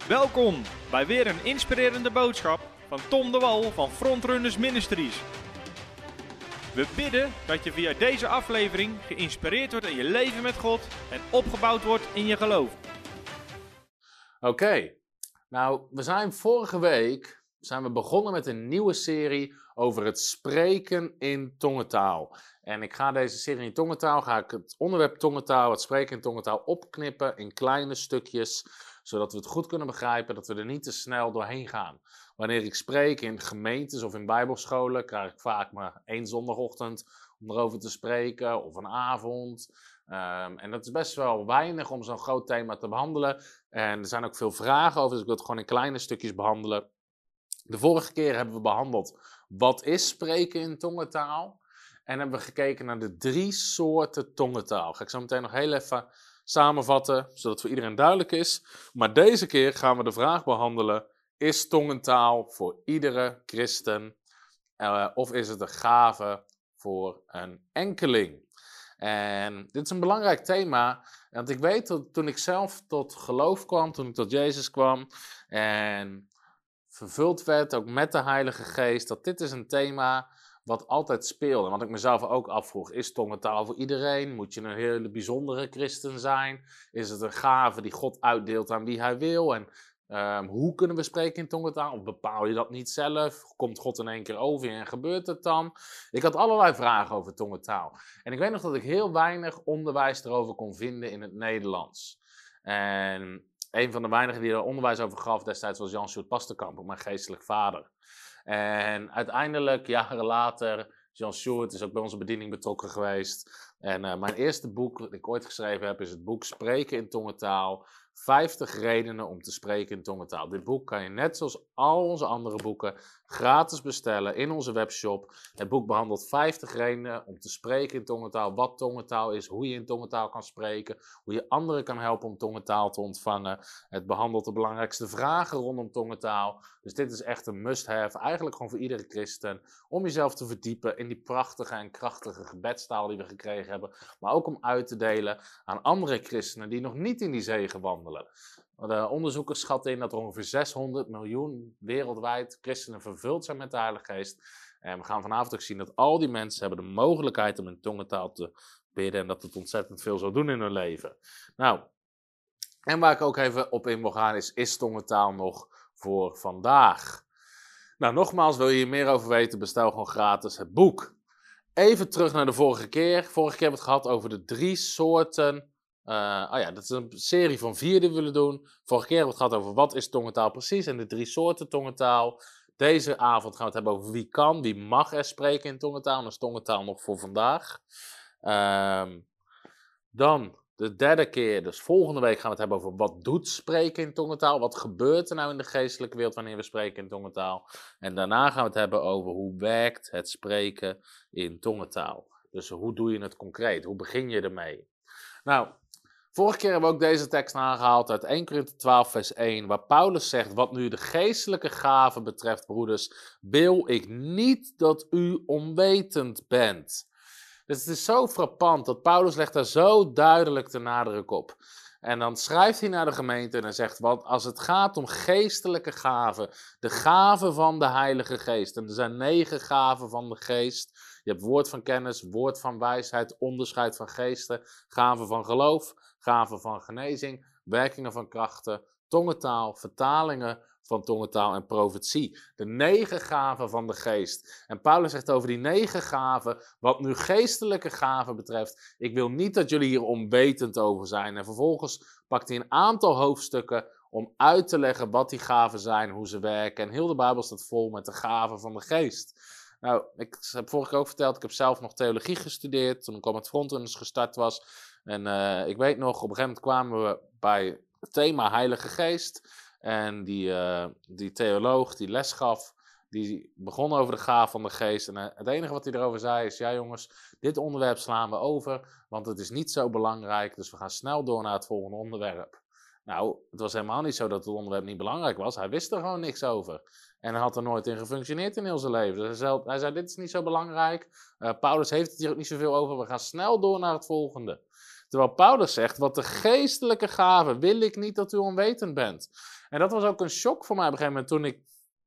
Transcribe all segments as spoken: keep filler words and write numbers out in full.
Welkom bij weer een inspirerende boodschap van Tom de Wal van Frontrunners Ministries. We bidden dat je via deze aflevering geïnspireerd wordt in je leven met God en opgebouwd wordt in je geloof. Oké, okay. Nou, we zijn vorige week zijn we begonnen met een nieuwe serie over het spreken in tongentaal. En ik ga deze serie in tongentaal, ga ik het onderwerp tongentaal, het spreken in tongentaal opknippen in kleine stukjes, zodat we het goed kunnen begrijpen, dat we er niet te snel doorheen gaan. Wanneer ik spreek in gemeentes of in bijbelscholen, krijg ik vaak maar één zondagochtend om erover te spreken, of een avond. Um, en dat is best wel weinig om zo'n groot thema te behandelen. En er zijn ook veel vragen over, dus ik wil het gewoon in kleine stukjes behandelen. De vorige keer hebben we behandeld, wat is spreken in tongentaal? En hebben we gekeken naar de drie soorten tongentaal. Ga ik zo meteen nog heel even samenvatten, zodat voor iedereen duidelijk is. Maar deze keer gaan we de vraag behandelen, is tongentaal voor iedere christen? Uh, of is het een gave voor een enkeling? En dit is een belangrijk thema, want ik weet dat toen ik zelf tot geloof kwam, toen ik tot Jezus kwam en vervuld werd, ook met de Heilige Geest, dat dit is een thema wat altijd speelde. Want ik mezelf ook afvroeg, is tongentaal voor iedereen? Moet je een hele bijzondere christen zijn? Is het een gave die God uitdeelt aan wie hij wil? En um, hoe kunnen we spreken in tongentaal? Of bepaal je dat niet zelf? Komt God in één keer over je en gebeurt het dan? Ik had allerlei vragen over tongentaal. En ik weet nog dat ik heel weinig onderwijs erover kon vinden in het Nederlands. En een van de weinigen die er onderwijs over gaf destijds was Jan-Sjoerd Pasterkamp, mijn geestelijk vader. En uiteindelijk, jaren later, Jan-Sjoerd is ook bij onze bediening betrokken geweest. En uh, mijn eerste boek dat ik ooit geschreven heb is het boek Spreken in tongentaal. vijftig redenen om te spreken in tongentaal. Dit boek kan je net zoals al onze andere boeken gratis bestellen in onze webshop. Het boek behandelt vijftig redenen om te spreken in tongentaal. Wat tongentaal is, hoe je in tongentaal kan spreken. Hoe je anderen kan helpen om tongentaal te ontvangen. Het behandelt de belangrijkste vragen rondom tongentaal. Dus dit is echt een must-have. Eigenlijk gewoon voor iedere christen. Om jezelf te verdiepen in die prachtige en krachtige gebedstaal die we gekregen hebben. Maar ook om uit te delen aan andere christenen die nog niet in die zegen wandelen. De onderzoekers schatten in dat er ongeveer zeshonderd miljoen wereldwijd christenen vervuld zijn met de Heilige Geest. En we gaan vanavond ook zien dat al die mensen hebben de mogelijkheid om in tongentaal te bidden en dat het ontzettend veel zal doen in hun leven. Nou, en waar ik ook even op in wil gaan is, is tongentaal nog voor vandaag? Nou, nogmaals, wil je hier meer over weten, bestel gewoon gratis het boek. Even terug naar de vorige keer. Vorige keer hebben we het gehad over de drie soorten. Uh, oh ja, dat is een serie van vier die we willen doen. Vorige keer hebben we het gehad over wat is tongentaal precies en de drie soorten tongentaal. Deze avond gaan we het hebben over wie kan, wie mag er spreken in tongentaal. En dat is tongentaal nog voor vandaag. Uh, dan de derde keer, dus volgende week gaan we het hebben over wat doet spreken in tongentaal. Wat gebeurt er nou in de geestelijke wereld wanneer we spreken in tongentaal. En daarna gaan we het hebben over hoe werkt het spreken in tongentaal. Dus hoe doe je het concreet? Hoe begin je ermee? Nou, vorige keer hebben we ook deze tekst aangehaald uit eerste Korinthe twaalf vers één, waar Paulus zegt, wat nu de geestelijke gaven betreft, broeders, wil ik niet dat u onwetend bent. Dus het is zo frappant dat Paulus legt daar zo duidelijk de nadruk op. En dan schrijft hij naar de gemeente en hij zegt, want als het gaat om geestelijke gaven, de gaven van de Heilige Geest, en er zijn negen gaven van de Geest. Je hebt woord van kennis, woord van wijsheid, onderscheid van geesten, gaven van geloof, gaven van genezing, werkingen van krachten, tongentaal, vertalingen van tongentaal en profetie. De negen gaven van de geest. En Paulus zegt over die negen gaven, wat nu geestelijke gaven betreft, ik wil niet dat jullie hier onwetend over zijn. En vervolgens pakt hij een aantal hoofdstukken om uit te leggen wat die gaven zijn, hoe ze werken. En heel de Bijbel staat vol met de gaven van de geest. Nou, ik heb vorige keer ook verteld, ik heb zelf nog theologie gestudeerd toen ik al met Frontrunners gestart was. En uh, ik weet nog, op een gegeven moment kwamen we bij het thema Heilige Geest. En die, uh, die theoloog die les gaf, die begon over de gaven van de geest. En uh, het enige wat hij erover zei is, ja jongens, dit onderwerp slaan we over, want het is niet zo belangrijk. Dus we gaan snel door naar het volgende onderwerp. Nou, het was helemaal niet zo dat het onderwerp niet belangrijk was. Hij wist er gewoon niks over. En hij had er nooit in gefunctioneerd in heel zijn leven. Dus hij zei, hij zei dit is niet zo belangrijk. Uh, Paulus heeft het hier ook niet zoveel over. We gaan snel door naar het volgende. Terwijl Paulus zegt, wat de geestelijke gaven wil ik niet dat u onwetend bent. En dat was ook een shock voor mij op een gegeven moment toen ik...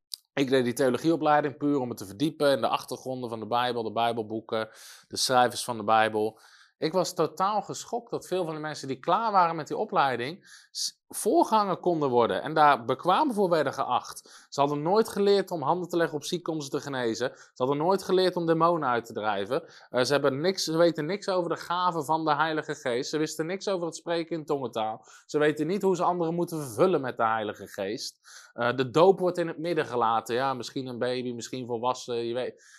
Ik deed die theologieopleiding puur om me te verdiepen in de achtergronden van de Bijbel, de Bijbelboeken, de schrijvers van de Bijbel. Ik was totaal geschokt dat veel van de mensen die klaar waren met die opleiding voorganger konden worden en daar bekwaam voor werden geacht. Ze hadden nooit geleerd om handen te leggen op zieken om ze te genezen. Ze hadden nooit geleerd om demonen uit te drijven. Uh, ze, hebben niks, ze weten niks over de gaven van de Heilige Geest. Ze wisten niks over het spreken in tongentaal. Ze weten niet hoe ze anderen moeten vervullen met de Heilige Geest. Uh, de doop wordt in het midden gelaten. Ja, misschien een baby, misschien volwassen, je weet.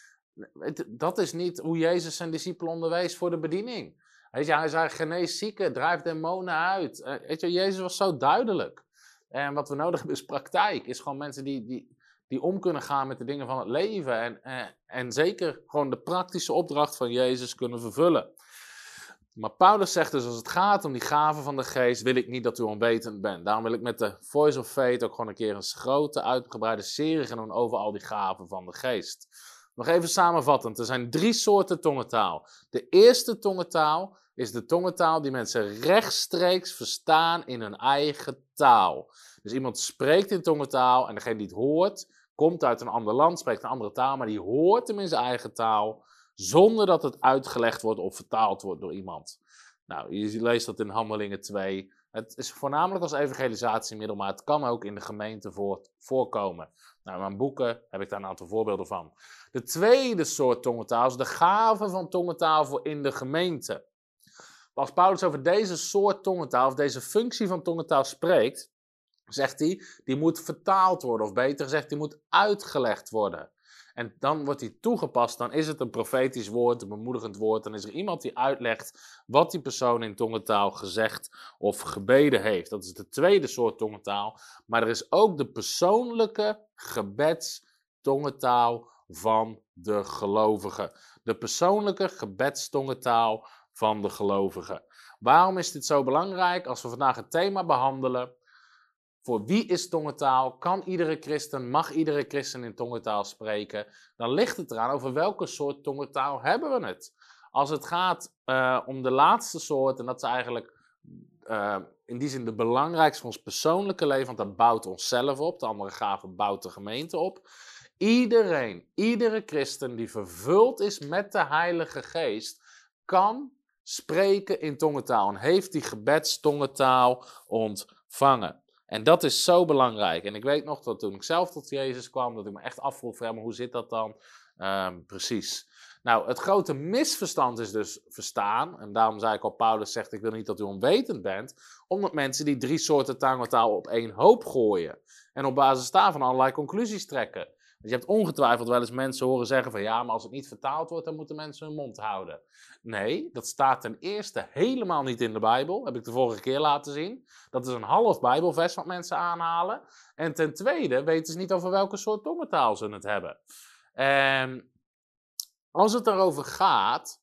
Dat is niet hoe Jezus zijn discipelen onderwees voor de bediening. Weet je, hij zei, genees zieken, drijf demonen uit. Uh, weet je, Jezus was zo duidelijk. En wat we nodig hebben is praktijk. Is gewoon mensen die, die, die om kunnen gaan met de dingen van het leven. En, uh, en zeker gewoon de praktische opdracht van Jezus kunnen vervullen. Maar Paulus zegt dus, als het gaat om die gaven van de geest, wil ik niet dat u onwetend bent. Daarom wil ik met de Voice of Faith ook gewoon een keer een grote, uitgebreide serie gaan doen over al die gaven van de geest. Nog even samenvattend, er zijn drie soorten tongentaal. De eerste tongentaal is de tongentaal die mensen rechtstreeks verstaan in hun eigen taal. Dus iemand spreekt in tongentaal en degene die het hoort, komt uit een ander land, spreekt een andere taal, maar die hoort hem in zijn eigen taal, zonder dat het uitgelegd wordt of vertaald wordt door iemand. Nou, je leest dat in Handelingen twee. Het is voornamelijk als evangelisatiemiddel, maar het kan ook in de gemeente voor, voorkomen. Nou, in mijn boeken heb ik daar een aantal voorbeelden van. De tweede soort tongentaal is de gave van tongentaal voor in de gemeente. Als Paulus over deze soort tongentaal, of deze functie van tongentaal spreekt, zegt hij, die moet vertaald worden, of beter gezegd, die moet uitgelegd worden. En dan wordt die toegepast, dan is het een profetisch woord, een bemoedigend woord. Dan is er iemand die uitlegt wat die persoon in tongentaal gezegd of gebeden heeft. Dat is de tweede soort tongentaal. Maar er is ook de persoonlijke gebedstongentaal van de gelovigen. De persoonlijke gebedstongentaal van de gelovigen. Waarom is dit zo belangrijk? Als we vandaag het thema behandelen, voor wie is tongentaal? Kan iedere christen, mag iedere christen in tongentaal spreken? Dan ligt het eraan over welke soort tongentaal hebben we het. Als het gaat uh, om de laatste soort, en dat is eigenlijk uh, in die zin de belangrijkste van ons persoonlijke leven, want dat bouwt onszelf op, de andere gaven bouwt de gemeente op. Iedereen, iedere christen die vervuld is met de Heilige Geest, kan spreken in tongentaal en heeft die gebedstongentaal ontvangen. En dat is zo belangrijk. En ik weet nog dat toen ik zelf tot Jezus kwam, dat ik me echt afvroeg, maar hoe zit dat dan um, precies? Nou, het grote misverstand is dus verstaan. En daarom zei ik al, Paulus zegt, ik wil niet dat u onwetend bent. Omdat mensen die drie soorten tongentaal op één hoop gooien. En op basis daarvan allerlei conclusies trekken. Dus je hebt ongetwijfeld wel eens mensen horen zeggen van, ja, maar als het niet vertaald wordt, dan moeten mensen hun mond houden. Nee, dat staat ten eerste helemaal niet in de Bijbel. Heb ik de vorige keer laten zien. Dat is een half Bijbelvers wat mensen aanhalen. En ten tweede weten ze niet over welke soort tongentaal ze het hebben. En als het erover gaat,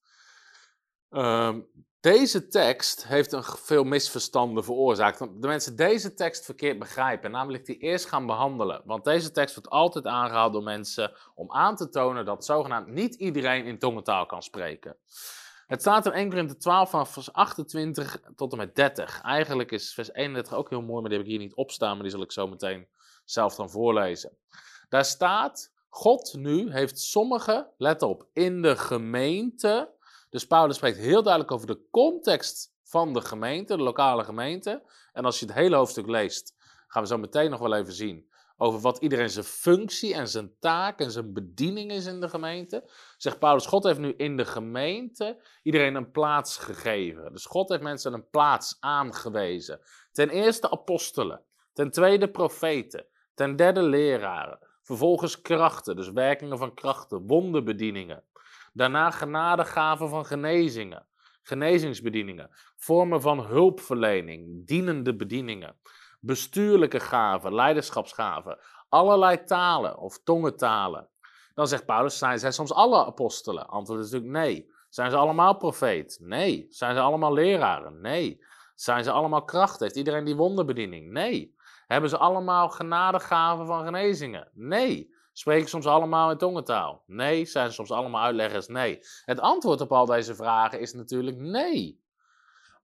um, deze tekst heeft een veel misverstanden veroorzaakt. De mensen deze tekst verkeerd begrijpen, namelijk die eerst gaan behandelen. Want deze tekst wordt altijd aangehaald door mensen om aan te tonen dat zogenaamd niet iedereen in tongentaal kan spreken. Het staat in Eerste Korinthe twaalf vanaf vers achtentwintig tot en met dertig. Eigenlijk is vers eenendertig ook heel mooi, maar die heb ik hier niet opstaan, maar die zal ik zo meteen zelf dan voorlezen. Daar staat, God nu heeft sommigen, let op, in de gemeente. Dus Paulus spreekt heel duidelijk over de context van de gemeente, de lokale gemeente. En als je het hele hoofdstuk leest, gaan we zo meteen nog wel even zien over wat iedereen zijn functie en zijn taak en zijn bediening is in de gemeente. Zegt Paulus, God heeft nu in de gemeente iedereen een plaats gegeven. Dus God heeft mensen een plaats aangewezen. Ten eerste apostelen, ten tweede profeten, ten derde leraren. Vervolgens krachten, dus werkingen van krachten, wonderbedieningen. Daarna genadegaven van genezingen, genezingsbedieningen, vormen van hulpverlening, dienende bedieningen, bestuurlijke gaven, leiderschapsgaven, allerlei talen of tongentalen. Dan zegt Paulus, zijn zij soms alle apostelen? Antwoord is natuurlijk nee. Zijn ze allemaal profeet? Nee. Zijn ze allemaal leraren? Nee. Zijn ze allemaal krachten? Heeft iedereen die wonderbediening? Nee. Hebben ze allemaal genadegaven van genezingen? Nee. Spreken soms allemaal in tongentaal? Nee. Zijn ze soms allemaal uitleggers? Nee. Het antwoord op al deze vragen is natuurlijk nee.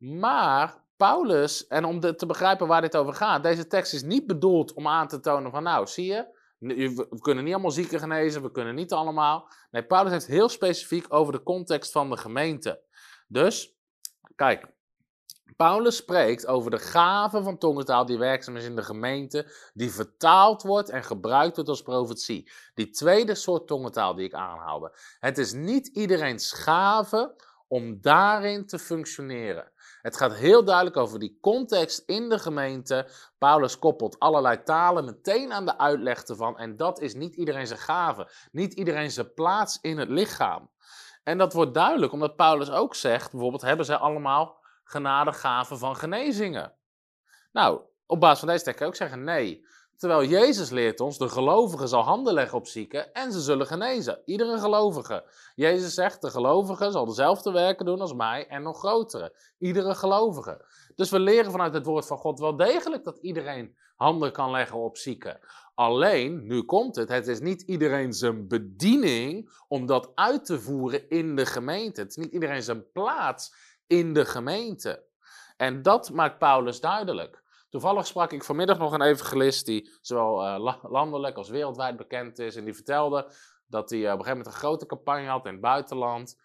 Maar Paulus, en om de, te begrijpen waar dit over gaat, deze tekst is niet bedoeld om aan te tonen van nou, zie je, we kunnen niet allemaal zieken genezen, we kunnen niet allemaal. Nee, Paulus heeft heel specifiek over de context van de gemeente. Dus, kijk, Paulus spreekt over de gave van tongentaal die werkzaam is in de gemeente, die vertaald wordt en gebruikt wordt als profetie. Die tweede soort tongentaal die ik aanhaalde. Het is niet iedereen's gave om daarin te functioneren. Het gaat heel duidelijk over die context in de gemeente. Paulus koppelt allerlei talen meteen aan de uitleg ervan. En dat is niet iedereen zijn gave. Niet iedereen zijn plaats in het lichaam. En dat wordt duidelijk omdat Paulus ook zegt, bijvoorbeeld hebben zij allemaal genadegaven van genezingen. Nou, op basis van deze tekst kan je ook zeggen nee. Terwijl Jezus leert ons, de gelovige zal handen leggen op zieken en ze zullen genezen. Iedere gelovige. Jezus zegt, de gelovige zal dezelfde werken doen als mij en nog grotere. Iedere gelovige. Dus we leren vanuit het woord van God wel degelijk dat iedereen handen kan leggen op zieken. Alleen, nu komt het, het is niet iedereen zijn bediening om dat uit te voeren in de gemeente. Het is niet iedereen zijn plaats in de gemeente. En dat maakt Paulus duidelijk. Toevallig sprak ik vanmiddag nog een evangelist die zowel uh, landelijk als wereldwijd bekend is. En die vertelde dat hij uh, op een gegeven moment een grote campagne had in het buitenland.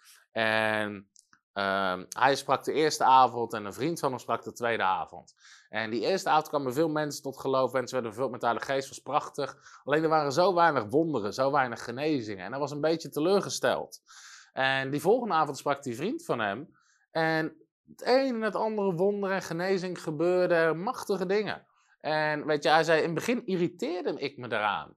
En uh, hij sprak de eerste avond en een vriend van hem sprak de tweede avond. En die eerste avond kwamen veel mensen tot geloof. Mensen werden vervuld met de Heilige Geest, was prachtig. Alleen er waren zo weinig wonderen, zo weinig genezingen. En hij was een beetje teleurgesteld. En die volgende avond sprak die vriend van hem. En het een en het andere wonder en genezing gebeurde, machtige dingen. En weet je, hij zei, in het begin irriteerde ik me daaraan.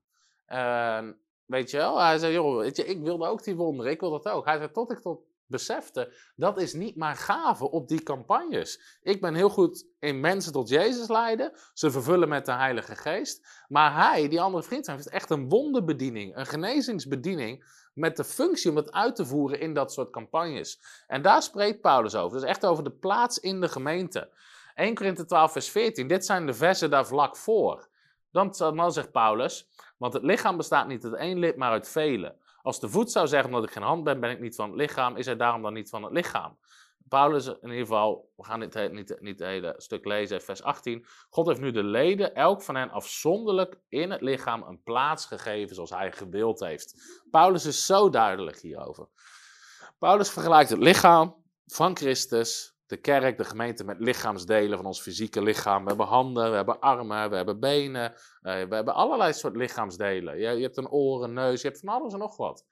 Uh, weet je wel, hij zei, joh, weet je, ik wilde ook die wonderen, ik wil dat ook. Hij zei, tot ik tot besefte, dat is niet mijn gave op die campagnes. Ik ben heel goed in mensen tot Jezus leiden, ze vervullen met de Heilige Geest. Maar hij, die andere vriend, heeft echt een wonderbediening, een genezingsbediening, met de functie om het uit te voeren in dat soort campagnes. En daar spreekt Paulus over. Dus echt over de plaats in de gemeente. Eerste Korinthe twaalf vers veertien. Dit zijn de versen daar vlak voor. Dan, dan zegt Paulus, want het lichaam bestaat niet uit één lid, maar uit vele. Als de voet zou zeggen, omdat ik geen hand ben, ben ik niet van het lichaam, is hij daarom dan niet van het lichaam. Paulus, in ieder geval, we gaan dit niet, niet het hele stuk lezen, vers achttien. God heeft nu de leden, elk van hen afzonderlijk in het lichaam, een plaats gegeven zoals hij gewild heeft. Paulus is zo duidelijk hierover. Paulus vergelijkt het lichaam van Christus, de kerk, de gemeente, met lichaamsdelen van ons fysieke lichaam. We hebben handen, we hebben armen, we hebben benen, we hebben allerlei soort lichaamsdelen. Je, je hebt een oor, een neus, je hebt van alles en nog wat.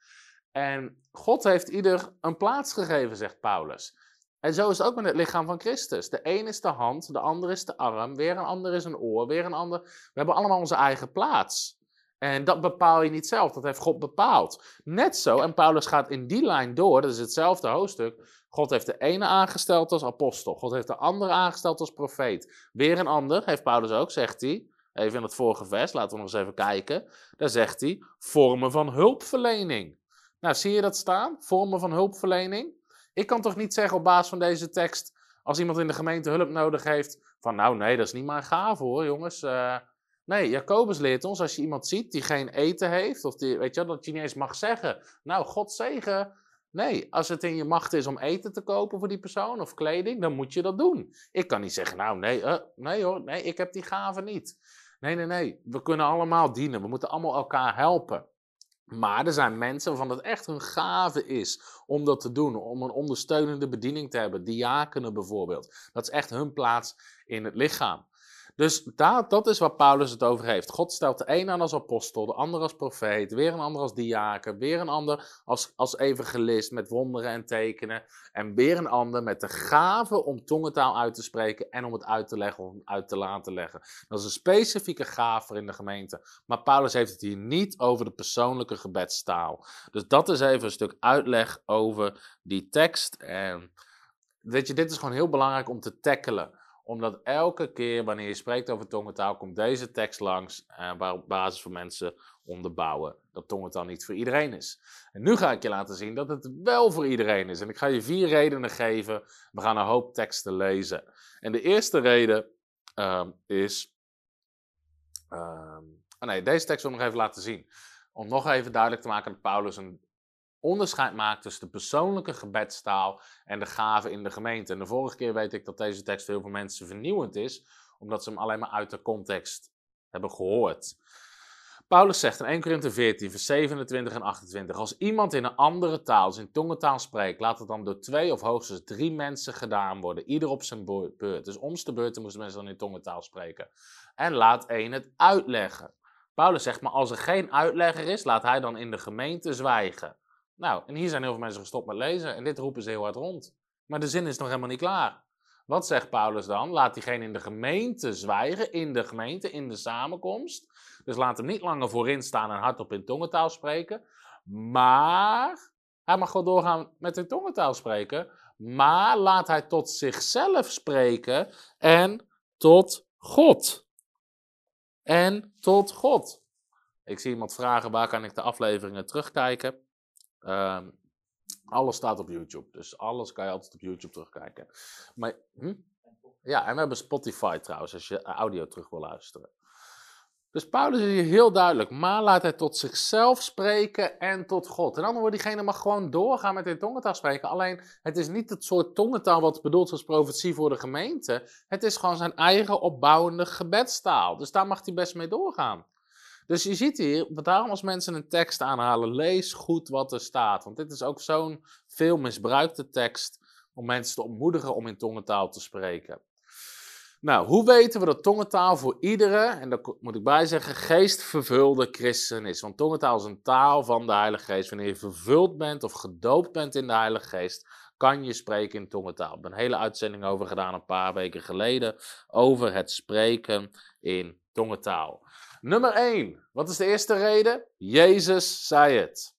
En God heeft ieder een plaats gegeven, zegt Paulus. En zo is het ook met het lichaam van Christus. De een is de hand, de ander is de arm, weer een ander is een oor, weer een ander. We hebben allemaal onze eigen plaats. En dat bepaal je niet zelf, dat heeft God bepaald. Net zo, en Paulus gaat in die lijn door, dat is hetzelfde hoofdstuk. God heeft de ene aangesteld als apostel, God heeft de andere aangesteld als profeet. Weer een ander, heeft Paulus ook, zegt hij, even in het vorige vers, laten we nog eens even kijken. Daar zegt hij, vormen van hulpverlening. Nou, zie je dat staan? Vormen van hulpverlening. Ik kan toch niet zeggen op basis van deze tekst, als iemand in de gemeente hulp nodig heeft, van nou nee, dat is niet mijn gave hoor jongens. Uh, nee, Jacobus leert ons, als je iemand ziet die geen eten heeft, of die, weet je, dat je niet eens mag zeggen, nou God zegen. Nee, als het in je macht is om eten te kopen voor die persoon of kleding, dan moet je dat doen. Ik kan niet zeggen, nou nee, uh, nee hoor, nee, ik heb die gave niet. Nee, nee, nee, we kunnen allemaal dienen, we moeten allemaal elkaar helpen. Maar er zijn mensen waarvan het echt hun gave is om dat te doen, om een ondersteunende bediening te hebben, diakenen bijvoorbeeld. Dat is echt hun plaats in het lichaam. Dus dat, dat is waar Paulus het over heeft. God stelt de een aan als apostel, de ander als profeet, weer een ander als diaken, weer een ander als, als evangelist met wonderen en tekenen. En weer een ander met de gave om tongentaal uit te spreken en om het uit te leggen of uit te laten leggen. Dat is een specifieke gave in de gemeente. Maar Paulus heeft het hier niet over de persoonlijke gebedstaal. Dus dat is even een stuk uitleg over die tekst. En weet je, dit is gewoon heel belangrijk om te tackelen. Omdat elke keer wanneer je spreekt over tongentaal, komt deze tekst langs, eh, waar op basis van mensen onderbouwen dat tongentaal niet voor iedereen is. En nu ga ik je laten zien dat het wel voor iedereen is. En ik ga je vier redenen geven. We gaan een hoop teksten lezen. En de eerste reden um, is... Um, oh nee, deze tekst wil ik nog even laten zien. Om nog even duidelijk te maken dat Paulus een onderscheid maakt tussen de persoonlijke gebedstaal en de gave in de gemeente. En de vorige keer weet ik dat deze tekst voor heel veel mensen vernieuwend is, omdat ze hem alleen maar uit de context hebben gehoord. Paulus zegt in Eerste Korinthe veertien, vers zevenentwintig en achtentwintig, als iemand in een andere taal, dus in tongentaal spreekt, laat het dan door twee of hoogstens drie mensen gedaan worden, ieder op zijn beurt. Dus om de beurt moesten mensen dan in tongentaal spreken. En laat één het uitleggen. Paulus zegt, maar als er geen uitlegger is, laat hij dan in de gemeente zwijgen. Nou, en hier zijn heel veel mensen gestopt met lezen en dit roepen ze heel hard rond. Maar de zin is nog helemaal niet klaar. Wat zegt Paulus dan? Laat diegene in de gemeente zwijgen, in de gemeente, in de samenkomst. Dus laat hem niet langer voorin staan en hardop in tongentaal spreken. Maar, hij mag gewoon doorgaan met in tongentaal spreken. Maar laat hij tot zichzelf spreken en tot God. En tot God. Ik zie iemand vragen, waar kan ik de afleveringen terugkijken? Uh, alles staat op YouTube, dus alles kan je altijd op YouTube terugkijken. Maar, hm? Ja, en we hebben Spotify trouwens, als je audio terug wil luisteren. Dus Paulus is hier heel duidelijk, maar laat hij tot zichzelf spreken en tot God. En dan wordt diegene mag gewoon doorgaan met in tongentaal spreken. Alleen, het is niet het soort tongentaal wat bedoeld is als profetie voor de gemeente. Het is gewoon zijn eigen opbouwende gebedstaal. Dus daar mag hij best mee doorgaan. Dus je ziet hier, daarom als mensen een tekst aanhalen, lees goed wat er staat. Want dit is ook zo'n veel misbruikte tekst om mensen te ontmoedigen om in tongentaal te spreken. Nou, hoe weten we dat tongentaal voor iedere, en daar moet ik bij zeggen, geestvervulde christen is? Want tongentaal is een taal van de Heilige Geest. Wanneer je vervuld bent of gedoopt bent in de Heilige Geest, kan je spreken in tongentaal. Ik heb een hele uitzending over gedaan een paar weken geleden, over het spreken in tongentaal. Nummer één, wat is de eerste reden? Jezus zei het.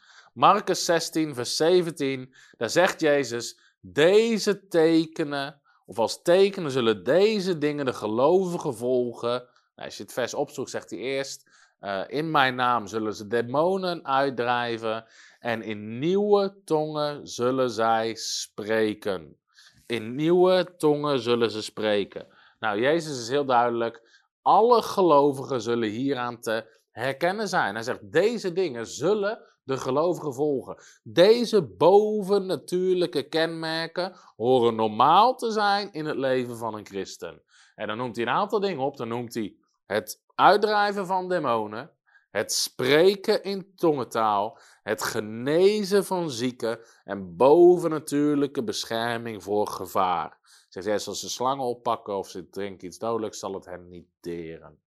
Marcus zestien, vers zeventien, daar zegt Jezus, deze tekenen, of als tekenen zullen deze dingen de gelovigen volgen. Nou, als je het vers opzoekt, zegt hij eerst, uh, in mijn naam zullen ze demonen uitdrijven en in nieuwe tongen zullen zij spreken. In nieuwe tongen zullen ze spreken. Nou, Jezus is heel duidelijk, alle gelovigen zullen hieraan te herkennen zijn. Hij zegt, deze dingen zullen de gelovigen volgen. Deze bovennatuurlijke kenmerken horen normaal te zijn in het leven van een christen. En dan noemt hij een aantal dingen op. Dan noemt hij het uitdrijven van demonen, het spreken in tongentaal, het genezen van zieken en bovennatuurlijke bescherming voor gevaar. Zegt hij, als ze slangen oppakken of ze drinken iets dodelijks, zal het hen niet deren.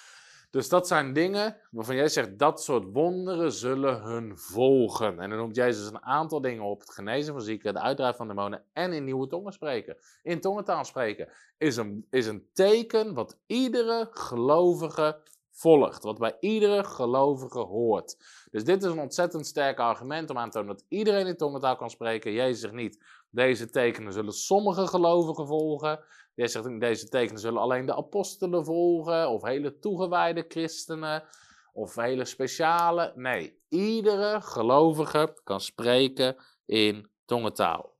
Dus dat zijn dingen waarvan jij zegt, dat soort wonderen zullen hun volgen. En dan noemt Jezus een aantal dingen op. Het genezen van zieken, het uitdrijven van demonen en in nieuwe tongen spreken. In tongentaal spreken is een, is een teken wat iedere gelovige volgt. Wat bij iedere gelovige hoort. Dus dit is een ontzettend sterk argument om aan te tonen dat iedereen in tongentaal kan spreken. Jezus zegt niet, deze tekenen zullen sommige gelovigen volgen. Jezus zegt niet, deze tekenen zullen alleen de apostelen volgen. Of hele toegewijde christenen. Of hele speciale. Nee, iedere gelovige kan spreken in tongentaal.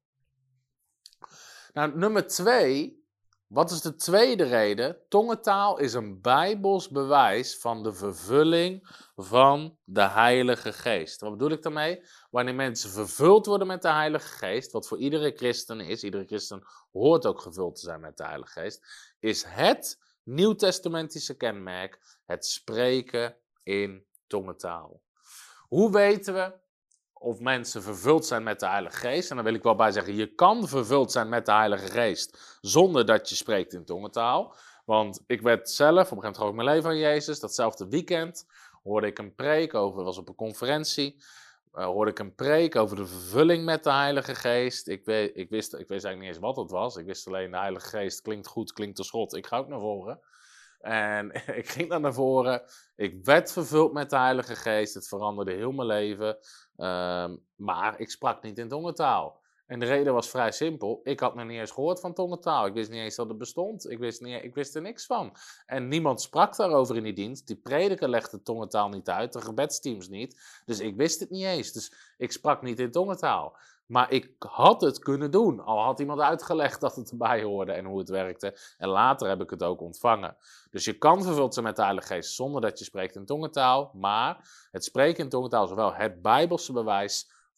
Nou, nummer twee. Wat is de tweede reden? Tongentaal is een bijbels bewijs van de vervulling van de Heilige Geest. Wat bedoel ik daarmee? Wanneer mensen vervuld worden met de Heilige Geest, wat voor iedere christen is, iedere christen hoort ook gevuld te zijn met de Heilige Geest, is het nieuwtestamentische kenmerk het spreken in tongentaal. Hoe weten we of mensen vervuld zijn met de Heilige Geest? En dan wil ik wel bij zeggen, je kan vervuld zijn met de Heilige Geest zonder dat je spreekt in tongentaal. Want ik werd zelf, op een gegeven moment gaf ik mijn leven aan Jezus, datzelfde weekend hoorde ik een preek over, was op een conferentie, uh, hoorde ik een preek over de vervulling met de Heilige Geest. Ik, weet, ik, wist, ik wist eigenlijk niet eens wat het was. Ik wist alleen, de Heilige Geest klinkt goed, klinkt als God. Ik ga ook naar voren. En ik ging daar naar voren. Ik werd vervuld met de Heilige Geest. Het veranderde heel mijn leven. Um, maar ik sprak niet in tongentaal. En de reden was vrij simpel. Ik had nog niet eens gehoord van tongentaal. Ik wist niet eens dat het bestond. Ik wist, niet, ik wist er niks van. En niemand sprak daarover in die dienst. Die prediker legde tongentaal niet uit. De gebedsteams niet. Dus ik wist het niet eens. Dus ik sprak niet in tongentaal. Maar ik had het kunnen doen. Al had iemand uitgelegd dat het erbij hoorde en hoe het werkte. En later heb ik het ook ontvangen. Dus je kan vervuld zijn met de Heilige Geest zonder dat je spreekt in tongentaal. Maar het spreken in tongentaal is wel het Bijbelse bewijs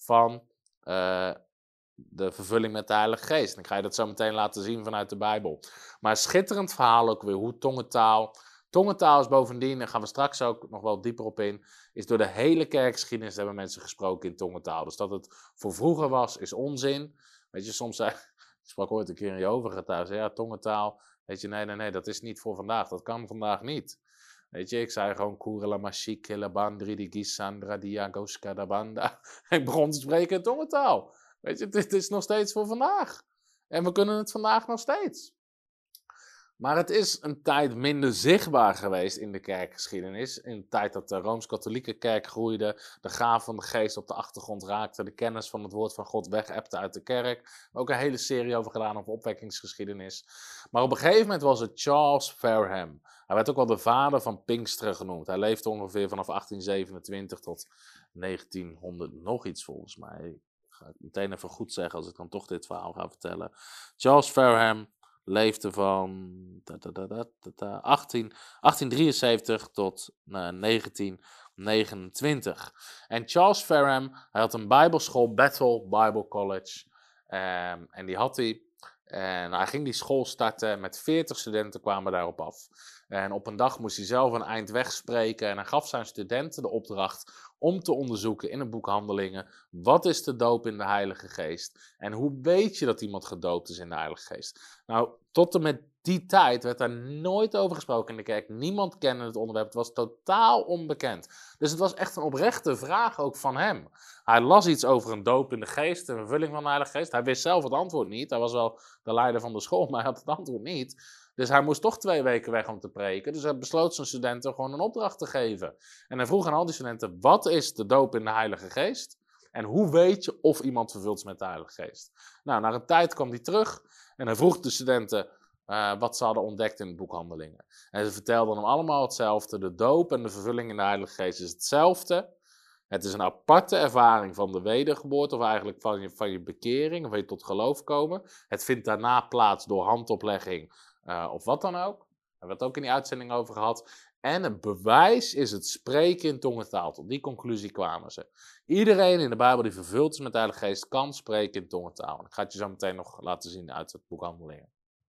van uh, de vervulling met de Heilige Geest. En ik ga je dat zo meteen laten zien vanuit de Bijbel. Maar een schitterend verhaal ook weer, hoe tongentaal... Tongentaal is bovendien, daar gaan we straks ook nog wel dieper op in, is door de hele kerkgeschiedenis hebben mensen gesproken in tongentaal. Dus dat het voor vroeger was, is onzin. Weet je, soms, uh, ik sprak ooit een keer in Jehovah thuis, ja, tongentaal, weet je, nee, nee, nee, dat is niet voor vandaag, dat kan vandaag niet. Weet je, ik zei gewoon, Kurela Mashik, Bandri, di Gisandra, Diagoska, da Banda. Ik begon te spreken in tongentaal. Weet je, het is nog steeds voor vandaag. En we kunnen het vandaag nog steeds. Maar het is een tijd minder zichtbaar geweest in de kerkgeschiedenis. In de tijd dat de Rooms-Katholieke kerk groeide, de gaaf van de geest op de achtergrond raakte, de kennis van het woord van God wegepte uit de kerk. Ook een hele serie over gedaan over opwekkingsgeschiedenis. Maar op een gegeven moment was het Charles Fareham. Hij werd ook wel de vader van Pinksteren genoemd. Hij leefde ongeveer vanaf achttien zevenentwintig tot negentienhonderd nog iets volgens mij. Ik ga het meteen even goed zeggen als ik dan toch dit verhaal ga vertellen. Charles Fareham leefde van da, da, da, da, da, achttien, achttien drieënzeventig tot uh, negentien negenentwintig. En Charles Fareham, hij had een bijbelschool, Bethel Bible College. Um, en die had hij. En hij ging die school starten, met veertig studenten kwamen daarop af. En op een dag moest hij zelf een eind wegspreken en hij gaf zijn studenten de opdracht om te onderzoeken in het boek Handelingen, wat is de doop in de Heilige Geest? En hoe weet je dat iemand gedoopt is in de Heilige Geest? Nou, tot en met die tijd werd daar nooit over gesproken in de kerk. Niemand kende het onderwerp, het was totaal onbekend. Dus het was echt een oprechte vraag ook van hem. Hij las iets over een doop in de geest, een vervulling van de Heilige Geest. Hij wist zelf het antwoord niet, hij was wel de leider van de school, maar hij had het antwoord niet. Dus hij moest toch twee weken weg om te preken. Dus hij besloot zijn studenten gewoon een opdracht te geven. En hij vroeg aan al die studenten, wat is de doop in de Heilige Geest? En hoe weet je of iemand vervuld is met de Heilige Geest? Nou, na een tijd kwam hij terug en hij vroeg de studenten uh, wat ze hadden ontdekt in het boek Handelingen. En ze vertelden hem allemaal hetzelfde. De doop en de vervulling in de Heilige Geest is hetzelfde. Het is een aparte ervaring van de wedergeboorte, of eigenlijk van je, van je bekering, of je tot geloof komen. Het vindt daarna plaats door handoplegging, uh, of wat dan ook. Daar hebben we het ook in die uitzending over gehad. En het bewijs is het spreken in tongentaal. Tot die conclusie kwamen ze. Iedereen in de Bijbel die vervuld is met de Heilige Geest kan spreken in tongentaal. Ik ga het je zo meteen nog laten zien uit het boek Handelingen.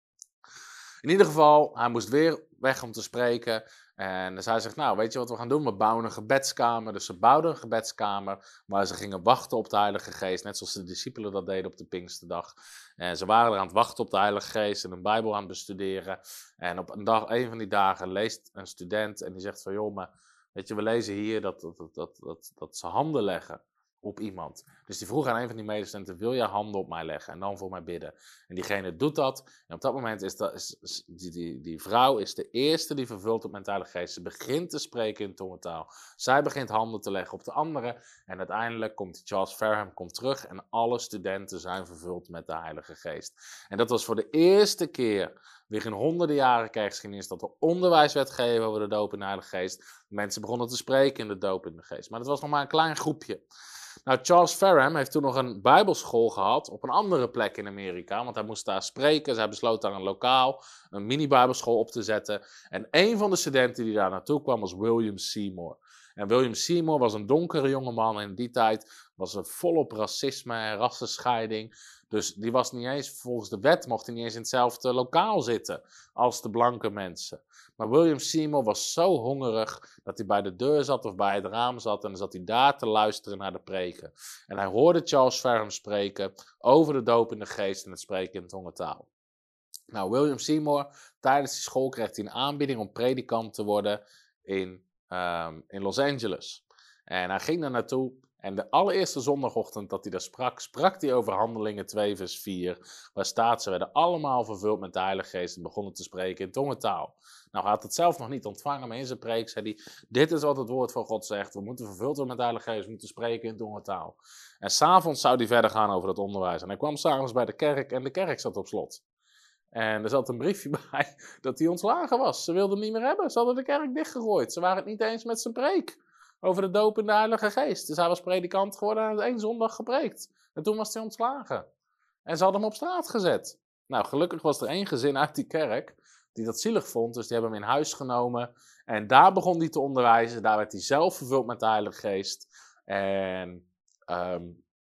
In ieder geval, hij moest weer weg om te spreken. En dus hij zegt, nou, weet je wat we gaan doen? We bouwen een gebedskamer. Dus ze bouwden een gebedskamer, maar ze gingen wachten op de Heilige Geest. Net zoals de discipelen dat deden op de Pinksterdag. En ze waren er aan het wachten op de Heilige Geest en een Bijbel aan het bestuderen. En op een, dag, een van die dagen leest een student en die zegt van, joh, maar weet je, we lezen hier dat, dat, dat, dat, dat, dat ze handen leggen op iemand. Dus die vroeg aan een van die medestudenten, wil jij handen op mij leggen en dan voor mij bidden? En diegene doet dat. En op dat moment is, dat, is, is die, die, die vrouw is de eerste die vervuld wordt met de Heilige Geest. Ze begint te spreken in tongentaal. Zij begint handen te leggen op de anderen. En uiteindelijk komt Charles Fareham komt terug en alle studenten zijn vervuld met de Heilige Geest. En dat was voor de eerste keer weer in honderden jaren kerkgeschiedenis dat er onderwijs werd gegeven over de doop in de Heilige Geest. Mensen begonnen te spreken in de doop in de Geest. Maar dat was nog maar een klein groepje. Nou, Charles Fareham heeft toen nog een bijbelschool gehad op een andere plek in Amerika, want hij moest daar spreken. Dus hij besloot daar een lokaal, een mini-bijbelschool op te zetten. En een van de studenten die daar naartoe kwam was William Seymour. En William Seymour was een donkere jongeman en in die tijd was er volop racisme en rassenscheiding. Dus die was niet eens, volgens de wet mocht hij niet eens in hetzelfde lokaal zitten als de blanke mensen. Maar William Seymour was zo hongerig dat hij bij de deur zat of bij het raam zat en dan zat hij daar te luisteren naar de preken. En hij hoorde Charles Fareham spreken over de doop in de geest en het spreken in tongentaal. Nou, William Seymour, tijdens die school kreeg hij een aanbieding om predikant te worden in, um, in Los Angeles. En hij ging daar naartoe. En de allereerste zondagochtend dat hij daar sprak, sprak hij over Handelingen twee vers vier. Waar staat, ze werden allemaal vervuld met de Heilige Geest en begonnen te spreken in tongentaal. Nou, hij had het zelf nog niet ontvangen, maar in zijn preek zei hij, dit is wat het woord van God zegt. We moeten vervuld worden met de Heilige Geest, we moeten spreken in tongentaal. En s'avonds zou hij verder gaan over dat onderwijs. En hij kwam s'avonds bij de kerk en de kerk zat op slot. En er zat een briefje bij dat hij ontslagen was. Ze wilden hem niet meer hebben, ze hadden de kerk dichtgegooid. Ze waren het niet eens met zijn preek over de doop in de Heilige Geest. Dus hij was predikant geworden en had één zondag gepreekt. En toen was hij ontslagen. En ze hadden hem op straat gezet. Nou, gelukkig was er één gezin uit die kerk die dat zielig vond. Dus die hebben hem in huis genomen. En daar begon hij te onderwijzen. Daar werd hij zelf vervuld met de Heilige Geest. En um,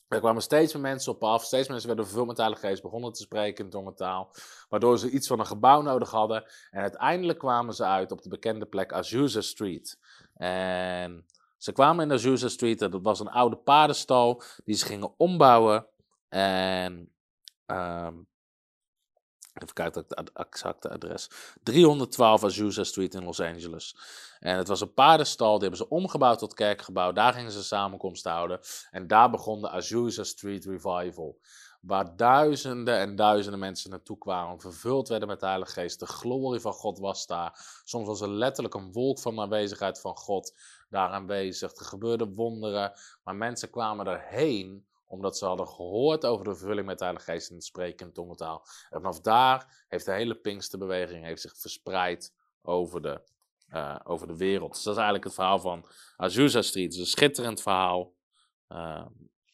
Er kwamen steeds meer mensen op af, steeds meer mensen werden vervuld met de Heilige Geest, begonnen te spreken in tongentaal, waardoor ze iets van een gebouw nodig hadden. En uiteindelijk kwamen ze uit op de bekende plek Azusa Street. En ze kwamen in Azusa Street, dat was een oude paardenstal, die ze gingen ombouwen. En um, even kijken het exacte adres. driehonderdtwaalf Azusa Street in Los Angeles. En het was een paardenstal, die hebben ze omgebouwd tot kerkgebouw. Daar gingen ze samenkomsten houden. En daar begon de Azusa Street Revival. Waar duizenden en duizenden mensen naartoe kwamen, vervuld werden met de Heilige Geest. De glorie van God was daar. Soms was er letterlijk een wolk van de aanwezigheid van God daar aanwezig. Er gebeurden wonderen, maar mensen kwamen erheen omdat ze hadden gehoord over de vervulling met de Heilige Geest en het spreken in tongentaal. En vanaf daar heeft de hele Pinksterbeweging heeft zich verspreid over de, uh, over de wereld. Dus dat is eigenlijk het verhaal van Azusa Street. Het is een schitterend verhaal uh,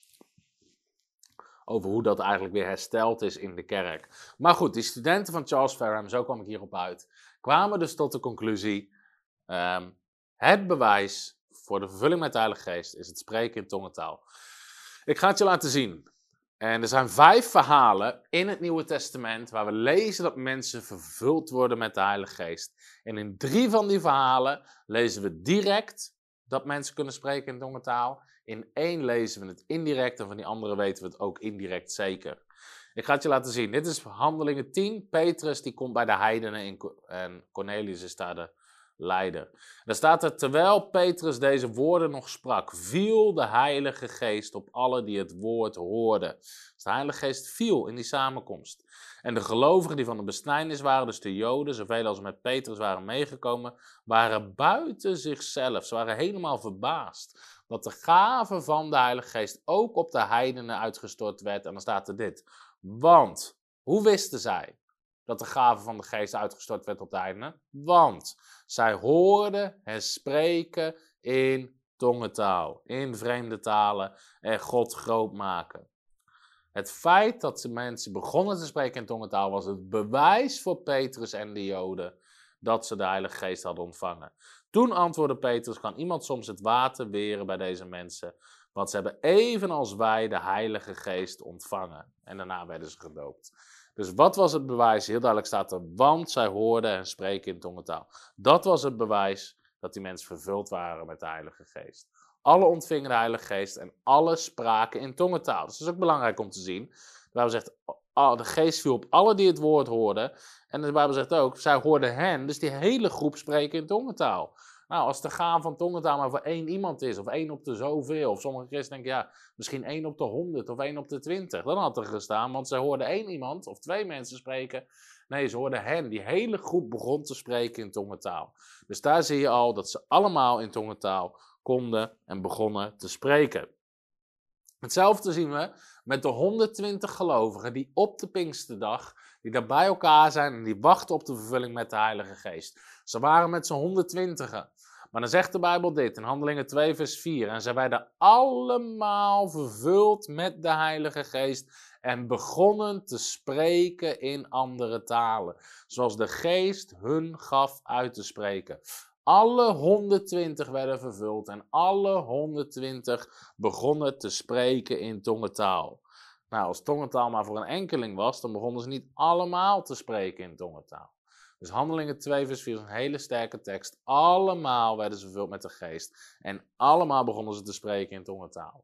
over hoe dat eigenlijk weer hersteld is in de kerk. Maar goed, die studenten van Charles Fareham, zo kwam ik hierop uit, kwamen dus tot de conclusie, um, het bewijs voor de vervulling met de Heilige Geest is het spreken in tongentaal. Ik ga het je laten zien. En er zijn vijf verhalen in het Nieuwe Testament waar we lezen dat mensen vervuld worden met de Heilige Geest. En in drie van die verhalen lezen we direct dat mensen kunnen spreken in tongentaal. In één lezen we het indirect en van die andere weten we het ook indirect zeker. Ik ga het je laten zien. Dit is Handelingen tien. Petrus die komt bij de heidenen in, en Cornelius is daar de leider. Dan staat er, terwijl Petrus deze woorden nog sprak, viel de Heilige Geest op alle die het woord hoorden. Dus de Heilige Geest viel in die samenkomst. En de gelovigen die van de besnijdenis waren, dus de Joden, zoveel als met Petrus waren meegekomen, waren buiten zichzelf. Ze waren helemaal verbaasd dat de gave van de Heilige Geest ook op de heidenen uitgestort werd. En dan staat er dit. Want, hoe wisten zij dat de gave van de Geest uitgestort werd op de heidenen? Want zij hoorden het spreken in tongentaal, in vreemde talen en God groot maken. Het feit dat de mensen begonnen te spreken in tongentaal was het bewijs voor Petrus en de Joden dat ze de Heilige Geest hadden ontvangen. Toen antwoordde Petrus, kan iemand soms het water weren bij deze mensen? Want ze hebben evenals wij de Heilige Geest ontvangen. En daarna werden ze gedoopt. Dus wat was het bewijs? Heel duidelijk staat er, want zij hoorden en spreken in tongentaal. Dat was het bewijs dat die mensen vervuld waren met de Heilige Geest. Alle ontvingen de Heilige Geest en alle spraken in tongentaal. Dus dat is ook belangrijk om te zien. De Bijbel zegt, de Geest viel op alle die het woord hoorden. En de Bijbel zegt ook, zij hoorden hen, dus die hele groep spreken in tongentaal. Nou, als de gave van tongentaal maar voor één iemand is, of één op de zoveel, of sommige christenen denken, ja, misschien één op de honderd of één op de twintig, dan had er gestaan, want ze hoorden één iemand of twee mensen spreken. Nee, ze hoorden hen, die hele groep begon te spreken in tongentaal. Dus daar zie je al dat ze allemaal in tongentaal konden en begonnen te spreken. Hetzelfde zien we met de honderdtwintig gelovigen die op de Pinksterdag, die daar bij elkaar zijn en die wachten op de vervulling met de Heilige Geest. Ze waren met z'n honderdtwintigen. Maar dan zegt de Bijbel dit in Handelingen twee vers vier. En zij werden allemaal vervuld met de Heilige Geest en begonnen te spreken in andere talen. Zoals de Geest hun gaf uit te spreken. Alle honderdtwintig werden vervuld en alle honderdtwintig begonnen te spreken in tongentaal. Nou, als tongentaal maar voor een enkeling was, dan begonnen ze niet allemaal te spreken in tongentaal. Dus Handelingen twee vers vier is een hele sterke tekst. Allemaal werden ze vervuld met de Geest. En allemaal begonnen ze te spreken in tongentaal.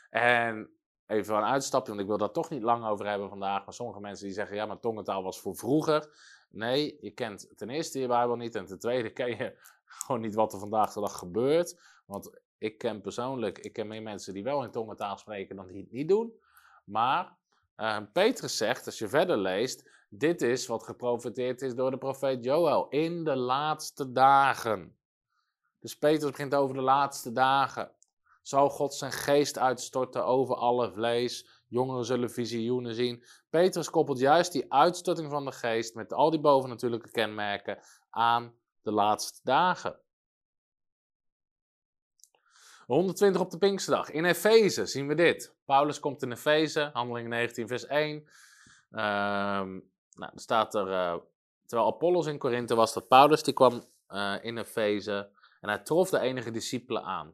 En even een uitstapje, want ik wil daar toch niet lang over hebben vandaag. Maar sommige mensen die zeggen, ja, maar tongentaal was voor vroeger. Nee, je kent ten eerste je Bijbel niet. En ten tweede ken je gewoon niet wat er vandaag de dag gebeurt. Want ik ken persoonlijk, ik ken meer mensen die wel in tongentaal spreken dan die het niet doen. Maar uh, Petrus zegt, als je verder leest, dit is wat geprofeteerd is door de profeet Joël in de laatste dagen. Dus Petrus begint over de laatste dagen. Zal God zijn geest uitstorten over alle vlees? Jongeren zullen visioenen zien. Petrus koppelt juist die uitstorting van de geest met al die bovennatuurlijke kenmerken aan de laatste dagen. honderdtwintig op de Pinksterdag. In Efeze zien we dit. Paulus komt in Efeze, Handelingen negentien vers één. Um, nou, er staat er, uh, terwijl Apollos in Korinthe was, dat Paulus die kwam uh, in Efeze en hij trof de enige discipelen aan.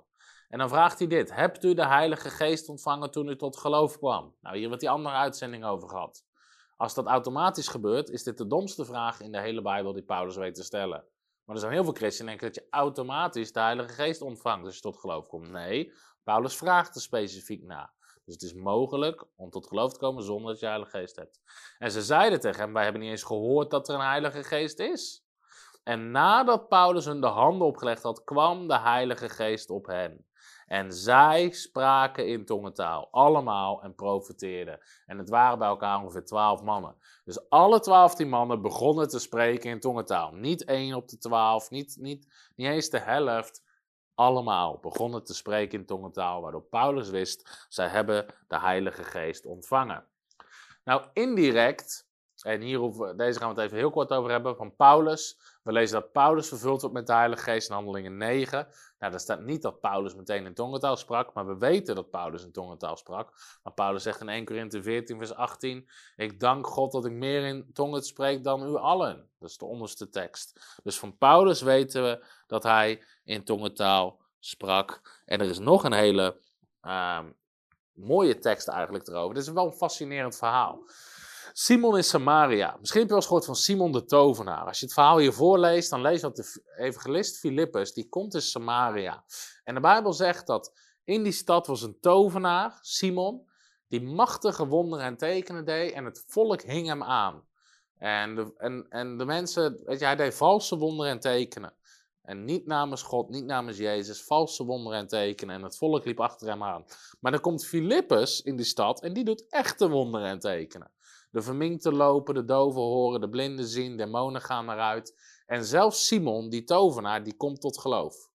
En dan vraagt hij dit. Hebt u de Heilige Geest ontvangen toen u tot geloof kwam? Nou, hier wordt die andere uitzending over gehad. Als dat automatisch gebeurt, is dit de domste vraag in de hele Bijbel die Paulus weet te stellen. Maar er zijn heel veel christenen die denken dat je automatisch de Heilige Geest ontvangt als je tot geloof komt. Nee, Paulus vraagt er specifiek naar. Dus het is mogelijk om tot geloof te komen zonder dat je de Heilige Geest hebt. En ze zeiden tegen hem, wij hebben niet eens gehoord dat er een Heilige Geest is. En nadat Paulus hun de handen opgelegd had, kwam de Heilige Geest op hen. En zij spraken in tongentaal, allemaal, en profeteerden. En het waren bij elkaar ongeveer twaalf mannen. Dus alle twaalf die mannen begonnen te spreken in tongentaal. Niet één op de twaalf, niet, niet, niet eens de helft. Allemaal begonnen te spreken in tongentaal, waardoor Paulus wist, zij hebben de Heilige Geest ontvangen. Nou, indirect, en hier hoeven we, deze gaan we het even heel kort over hebben, van Paulus. We lezen dat Paulus vervuld wordt met de Heilige Geest in Handelingen negen. Nou, daar staat niet dat Paulus meteen in tongentaal sprak, maar we weten dat Paulus in tongentaal sprak. Maar Paulus zegt in eerste Korinthe veertien vers achttien, ik dank God dat ik meer in tongen spreek dan u allen. Dat is de onderste tekst. Dus van Paulus weten we dat hij in tongentaal sprak. En er is nog een hele uh, mooie tekst eigenlijk erover. Dit is wel een fascinerend verhaal. Simon in Samaria. Misschien heb je wel eens gehoord van Simon de tovenaar. Als je het verhaal hier voorleest, dan lees je dat de evangelist Filippus, die komt in Samaria. En de Bijbel zegt dat in die stad was een tovenaar, Simon, die machtige wonderen en tekenen deed en het volk hing hem aan. En de, en, en de mensen, weet je, hij deed valse wonderen en tekenen. En niet namens God, niet namens Jezus, valse wonderen en tekenen. En het volk liep achter hem aan. Maar dan komt Filippus in die stad en die doet echte wonderen en tekenen. De verminkten lopen, de doven horen, de blinden zien, demonen gaan eruit. En zelfs Simon, die tovenaar, die komt tot geloof.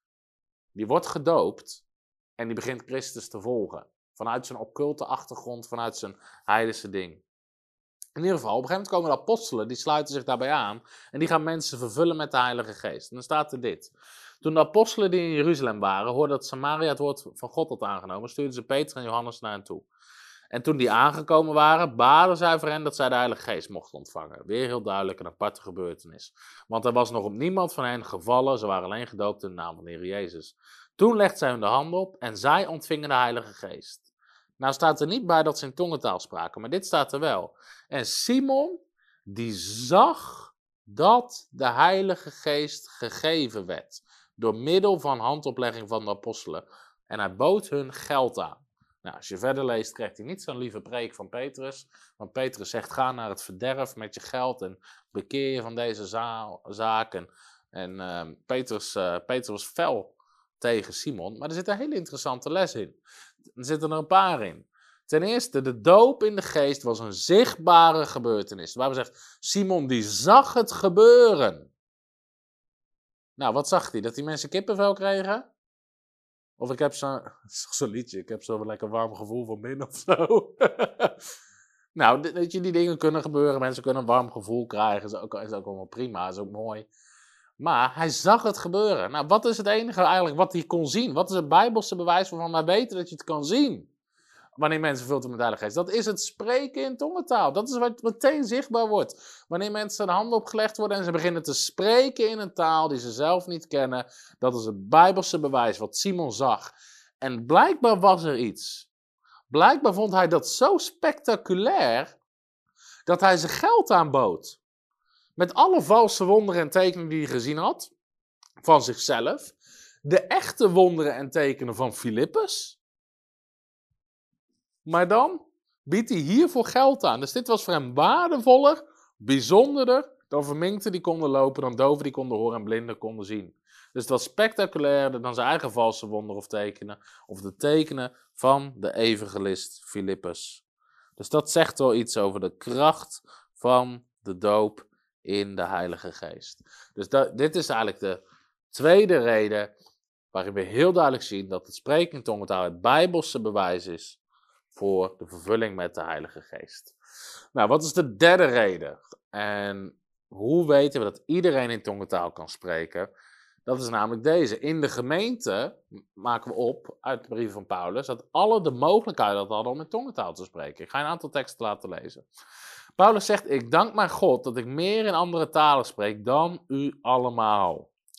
Die wordt gedoopt en die begint Christus te volgen. Vanuit zijn occulte achtergrond, vanuit zijn heidense ding. In ieder geval, op een gegeven moment komen de apostelen, die sluiten zich daarbij aan. En die gaan mensen vervullen met de Heilige Geest. En dan staat er dit. Toen de apostelen die in Jeruzalem waren, hoorden dat Samaria het woord van God had aangenomen, stuurden ze Petrus en Johannes naar hen toe. En toen die aangekomen waren, baden zij voor hen dat zij de Heilige Geest mochten ontvangen. Weer heel duidelijk een aparte gebeurtenis. Want er was nog op niemand van hen gevallen, ze waren alleen gedoopt in de naam van de Heer Jezus. Toen legden zij hun de hand op en zij ontvingen de Heilige Geest. Nou staat er niet bij dat ze in tongentaal spraken, maar dit staat er wel. En Simon, die zag dat de Heilige Geest gegeven werd. Door middel van handoplegging van de apostelen. En hij bood hun geld aan. Nou, als je verder leest, krijgt hij niet zo'n lieve preek van Petrus. Want Petrus zegt, ga naar het verderf met je geld en bekeer je van deze za- zaak. En, en uh, Petrus, uh, Petrus was fel tegen Simon. Maar er zit een hele interessante les in. Er zitten er een paar in. Ten eerste, de doop in de geest was een zichtbare gebeurtenis. De Bijbel zegt, Simon die zag het gebeuren. Nou, wat zag hij? Dat die mensen kippenvel kregen? Of ik heb zo'n, zo'n liedje, ik heb zo'n lekker warm gevoel van binnen of zo. Nou, weet je, die dingen kunnen gebeuren. Mensen kunnen een warm gevoel krijgen. Is ook, is ook allemaal prima, is ook mooi. Maar hij zag het gebeuren. Nou, wat is het enige eigenlijk wat hij kon zien? Wat is het Bijbelse bewijs waarvan wij weten dat je het kan zien? Wanneer mensen vervuld worden met de Heilige Geest. Dat is het spreken in tongentaal. Dat is wat meteen zichtbaar wordt. Wanneer mensen de handen opgelegd worden en ze beginnen te spreken in een taal die ze zelf niet kennen. Dat is het Bijbelse bewijs wat Simon zag. En blijkbaar was er iets. Blijkbaar vond hij dat zo spectaculair dat hij zijn geld aanbood. Met alle valse wonderen en tekenen die hij gezien had van zichzelf. De echte wonderen en tekenen van Filippus. Maar dan biedt hij hiervoor geld aan. Dus dit was voor hem waardevoller, bijzonderder dan verminkten die konden lopen, dan doven die konden horen en blinden konden zien. Dus het was spectaculairder dan zijn eigen valse wonderen of tekenen, of de tekenen van de evangelist Filippus. Dus dat zegt wel iets over de kracht van de doop in de Heilige Geest. Dus dat, dit is eigenlijk de tweede reden waarin we heel duidelijk zien dat het spreken in tongentaal het Bijbelse bewijs is voor de vervulling met de Heilige Geest. Nou, wat is de derde reden? En hoe weten we dat iedereen in tongentaal kan spreken? Dat is namelijk deze. In de gemeente maken we op, uit de brief van Paulus, dat alle de mogelijkheid hadden om in tongentaal te spreken. Ik ga een aantal teksten laten lezen. Paulus zegt, ik dank mijn God dat ik meer in andere talen spreek dan u allemaal.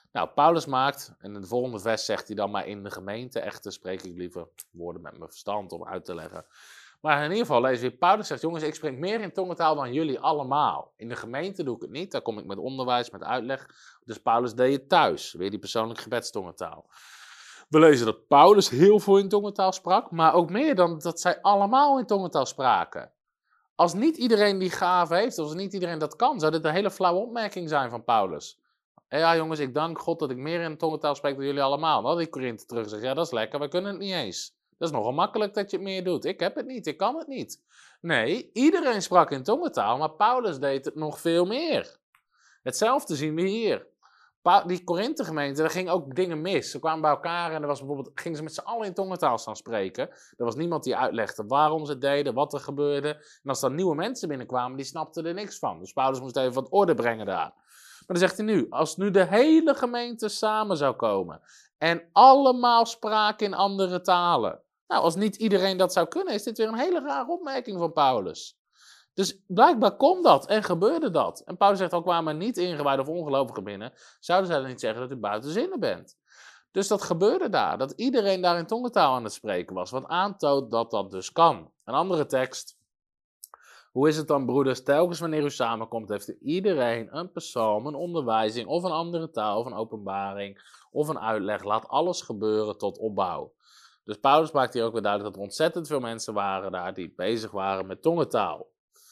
Nou, Paulus maakt, en in de volgende vers zegt hij dan maar in de gemeente, echter spreek ik liever woorden met mijn verstand om uit te leggen. Maar in ieder geval lezen we, Paulus zegt, jongens, ik spreek meer in tongentaal dan jullie allemaal. In de gemeente doe ik het niet, daar kom ik met onderwijs, met uitleg. Dus Paulus deed het thuis, weer die persoonlijke gebedstongentaal. We lezen dat Paulus heel veel in tongentaal sprak, maar ook meer dan dat zij allemaal in tongentaal spraken. Als niet iedereen die gave heeft, als niet iedereen dat kan, zou dit een hele flauwe opmerking zijn van Paulus. Ja jongens, ik dank God dat ik meer in tongentaal spreek dan jullie allemaal. Dan had ik Korinthe terug gezegd, ja dat is lekker, wij kunnen het niet eens. Dat is nogal makkelijk dat je het meer doet. Ik heb het niet, ik kan het niet. Nee, iedereen sprak in tongentaal, maar Paulus deed het nog veel meer. Hetzelfde zien we hier. Pa- die Korinthe gemeente, daar gingen ook dingen mis. Ze kwamen bij elkaar en er was bijvoorbeeld, gingen ze met z'n allen in tongentaal staan spreken. Er was niemand die uitlegde waarom ze het deden, wat er gebeurde. En als dan nieuwe mensen binnenkwamen, die snapten er niks van. Dus Paulus moest even wat orde brengen daar. Maar dan zegt hij nu, als nu de hele gemeente samen zou komen en allemaal spraken in andere talen. Nou, als niet iedereen dat zou kunnen, is dit weer een hele rare opmerking van Paulus. Dus blijkbaar kon dat en gebeurde dat. En Paulus zegt, al kwamen niet ingewijden of ongelovigen binnen, zouden zij dan niet zeggen dat u buiten zinnen bent. Dus dat gebeurde daar, dat iedereen daar in tongentaal aan het spreken was, wat aantoont dat dat dus kan. Een andere tekst. Hoe is het dan, broeders? Telkens wanneer u samenkomt, heeft iedereen een psalm, een onderwijzing of een andere taal of een openbaring of een uitleg. Laat alles gebeuren tot opbouw. Dus Paulus maakt hier ook weer duidelijk dat er ontzettend veel mensen waren daar die bezig waren met tongentaal.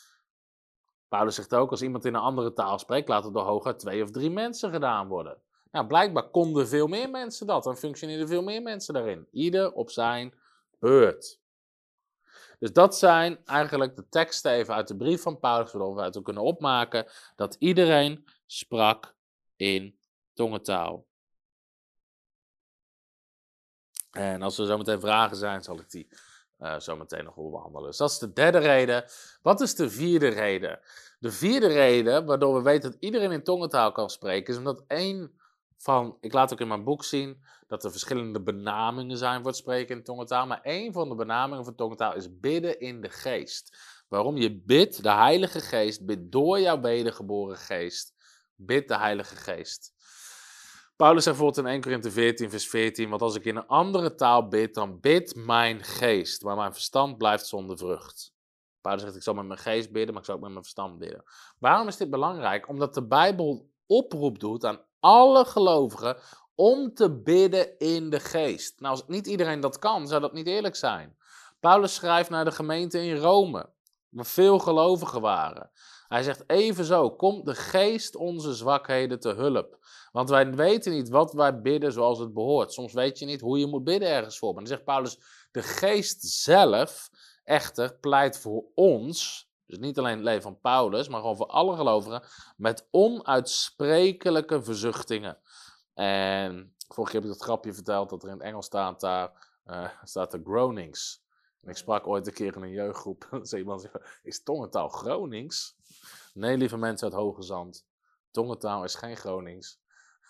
Paulus zegt ook, als iemand in een andere taal spreekt, laat het door hooguit twee of drie mensen gedaan worden. Nou, blijkbaar konden veel meer mensen dat en functioneerden veel meer mensen daarin. Ieder op zijn beurt. Dus dat zijn eigenlijk de teksten even uit de brief van Paulus, waardoor we uit kunnen opmaken dat iedereen sprak in tongentaal. En als er zo meteen vragen zijn, zal ik die uh, zo meteen nog wel behandelen. Dus dat is de derde reden. Wat is de vierde reden? De vierde reden, waardoor we weten dat iedereen in tongentaal kan spreken, is omdat één van, ik laat ook in mijn boek zien, dat er verschillende benamingen zijn voor het spreken in tongentaal. Maar één van de benamingen voor tongentaal is bidden in de geest. Waarom je bidt, de Heilige Geest, bidt door jouw wedergeboren geest, bidt de Heilige Geest. Paulus zegt bijvoorbeeld in Eerste Korinthe veertien vers veertien, want als ik in een andere taal bid, dan bidt mijn geest, maar mijn verstand blijft zonder vrucht. Paulus zegt, ik zal met mijn geest bidden, maar ik zal ook met mijn verstand bidden. Waarom is dit belangrijk? Omdat de Bijbel oproep doet aan alle gelovigen om te bidden in de geest. Nou, als niet iedereen dat kan, zou dat niet eerlijk zijn. Paulus schrijft naar de gemeente in Rome, waar veel gelovigen waren. Hij zegt, evenzo komt de geest onze zwakheden te hulp. Want wij weten niet wat wij bidden zoals het behoort. Soms weet je niet hoe je moet bidden ergens voor. Maar dan zegt Paulus, de geest zelf echter pleit voor ons, dus niet alleen het leven van Paulus, maar gewoon voor alle gelovigen, met onuitsprekelijke verzuchtingen. En vorige keer heb ik dat grapje verteld dat er in het Engels staat daar, uh, staat er groanings. En ik sprak ooit een keer in een jeugdgroep, dan zei iemand, is tongentaal Gronings? Nee, lieve mensen uit Hoge Zand, tongentaal is geen Gronings.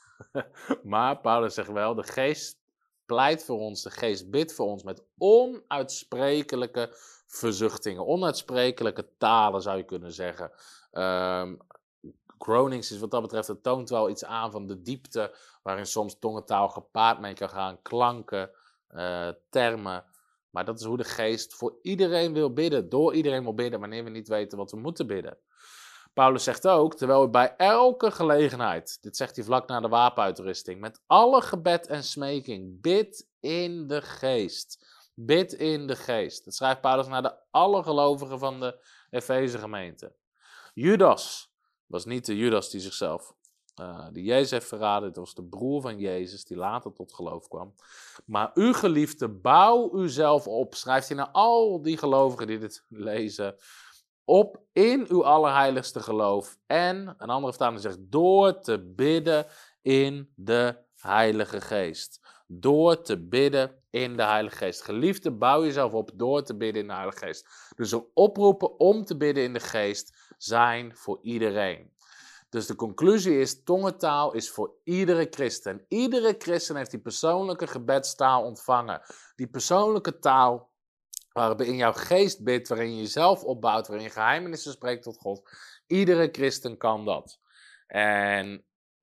Maar Paulus zegt wel, de geest pleit voor ons, de geest bidt voor ons met onuitsprekelijke verzuchtingen, onuitsprekelijke talen zou je kunnen zeggen. Um, Gronings is wat dat betreft, het toont wel iets aan van de diepte waarin soms tongentaal gepaard mee kan gaan, klanken, uh, termen. Maar dat is hoe de geest voor iedereen wil bidden, door iedereen wil bidden wanneer we niet weten wat we moeten bidden. Paulus zegt ook, terwijl we bij elke gelegenheid, dit zegt hij vlak na de wapenuitrusting, met alle gebed en smeking, bid in de geest. Bid in de geest. Dat schrijft Paulus naar de alle gelovigen van de Efeze gemeente. Judas was niet de Judas die zichzelf, uh, die Jezus heeft verraden. Het was de broer van Jezus die later tot geloof kwam. Maar u geliefde, bouw uzelf op. Schrijft hij naar al die gelovigen die dit lezen. Op in uw allerheiligste geloof. En, een andere vertaling zegt, door te bidden in de Heilige Geest. Door te bidden in de Heilige Geest. Geliefde, bouw jezelf op door te bidden in de Heilige Geest. Dus een oproepen om te bidden in de Geest zijn voor iedereen. Dus de conclusie is, tongentaal is voor iedere christen. Iedere christen heeft die persoonlijke gebedstaal ontvangen. Die persoonlijke taal waarin jouw geest bidt, waarin je jezelf opbouwt, waarin je geheimenissen spreekt tot God. Iedere christen kan dat. En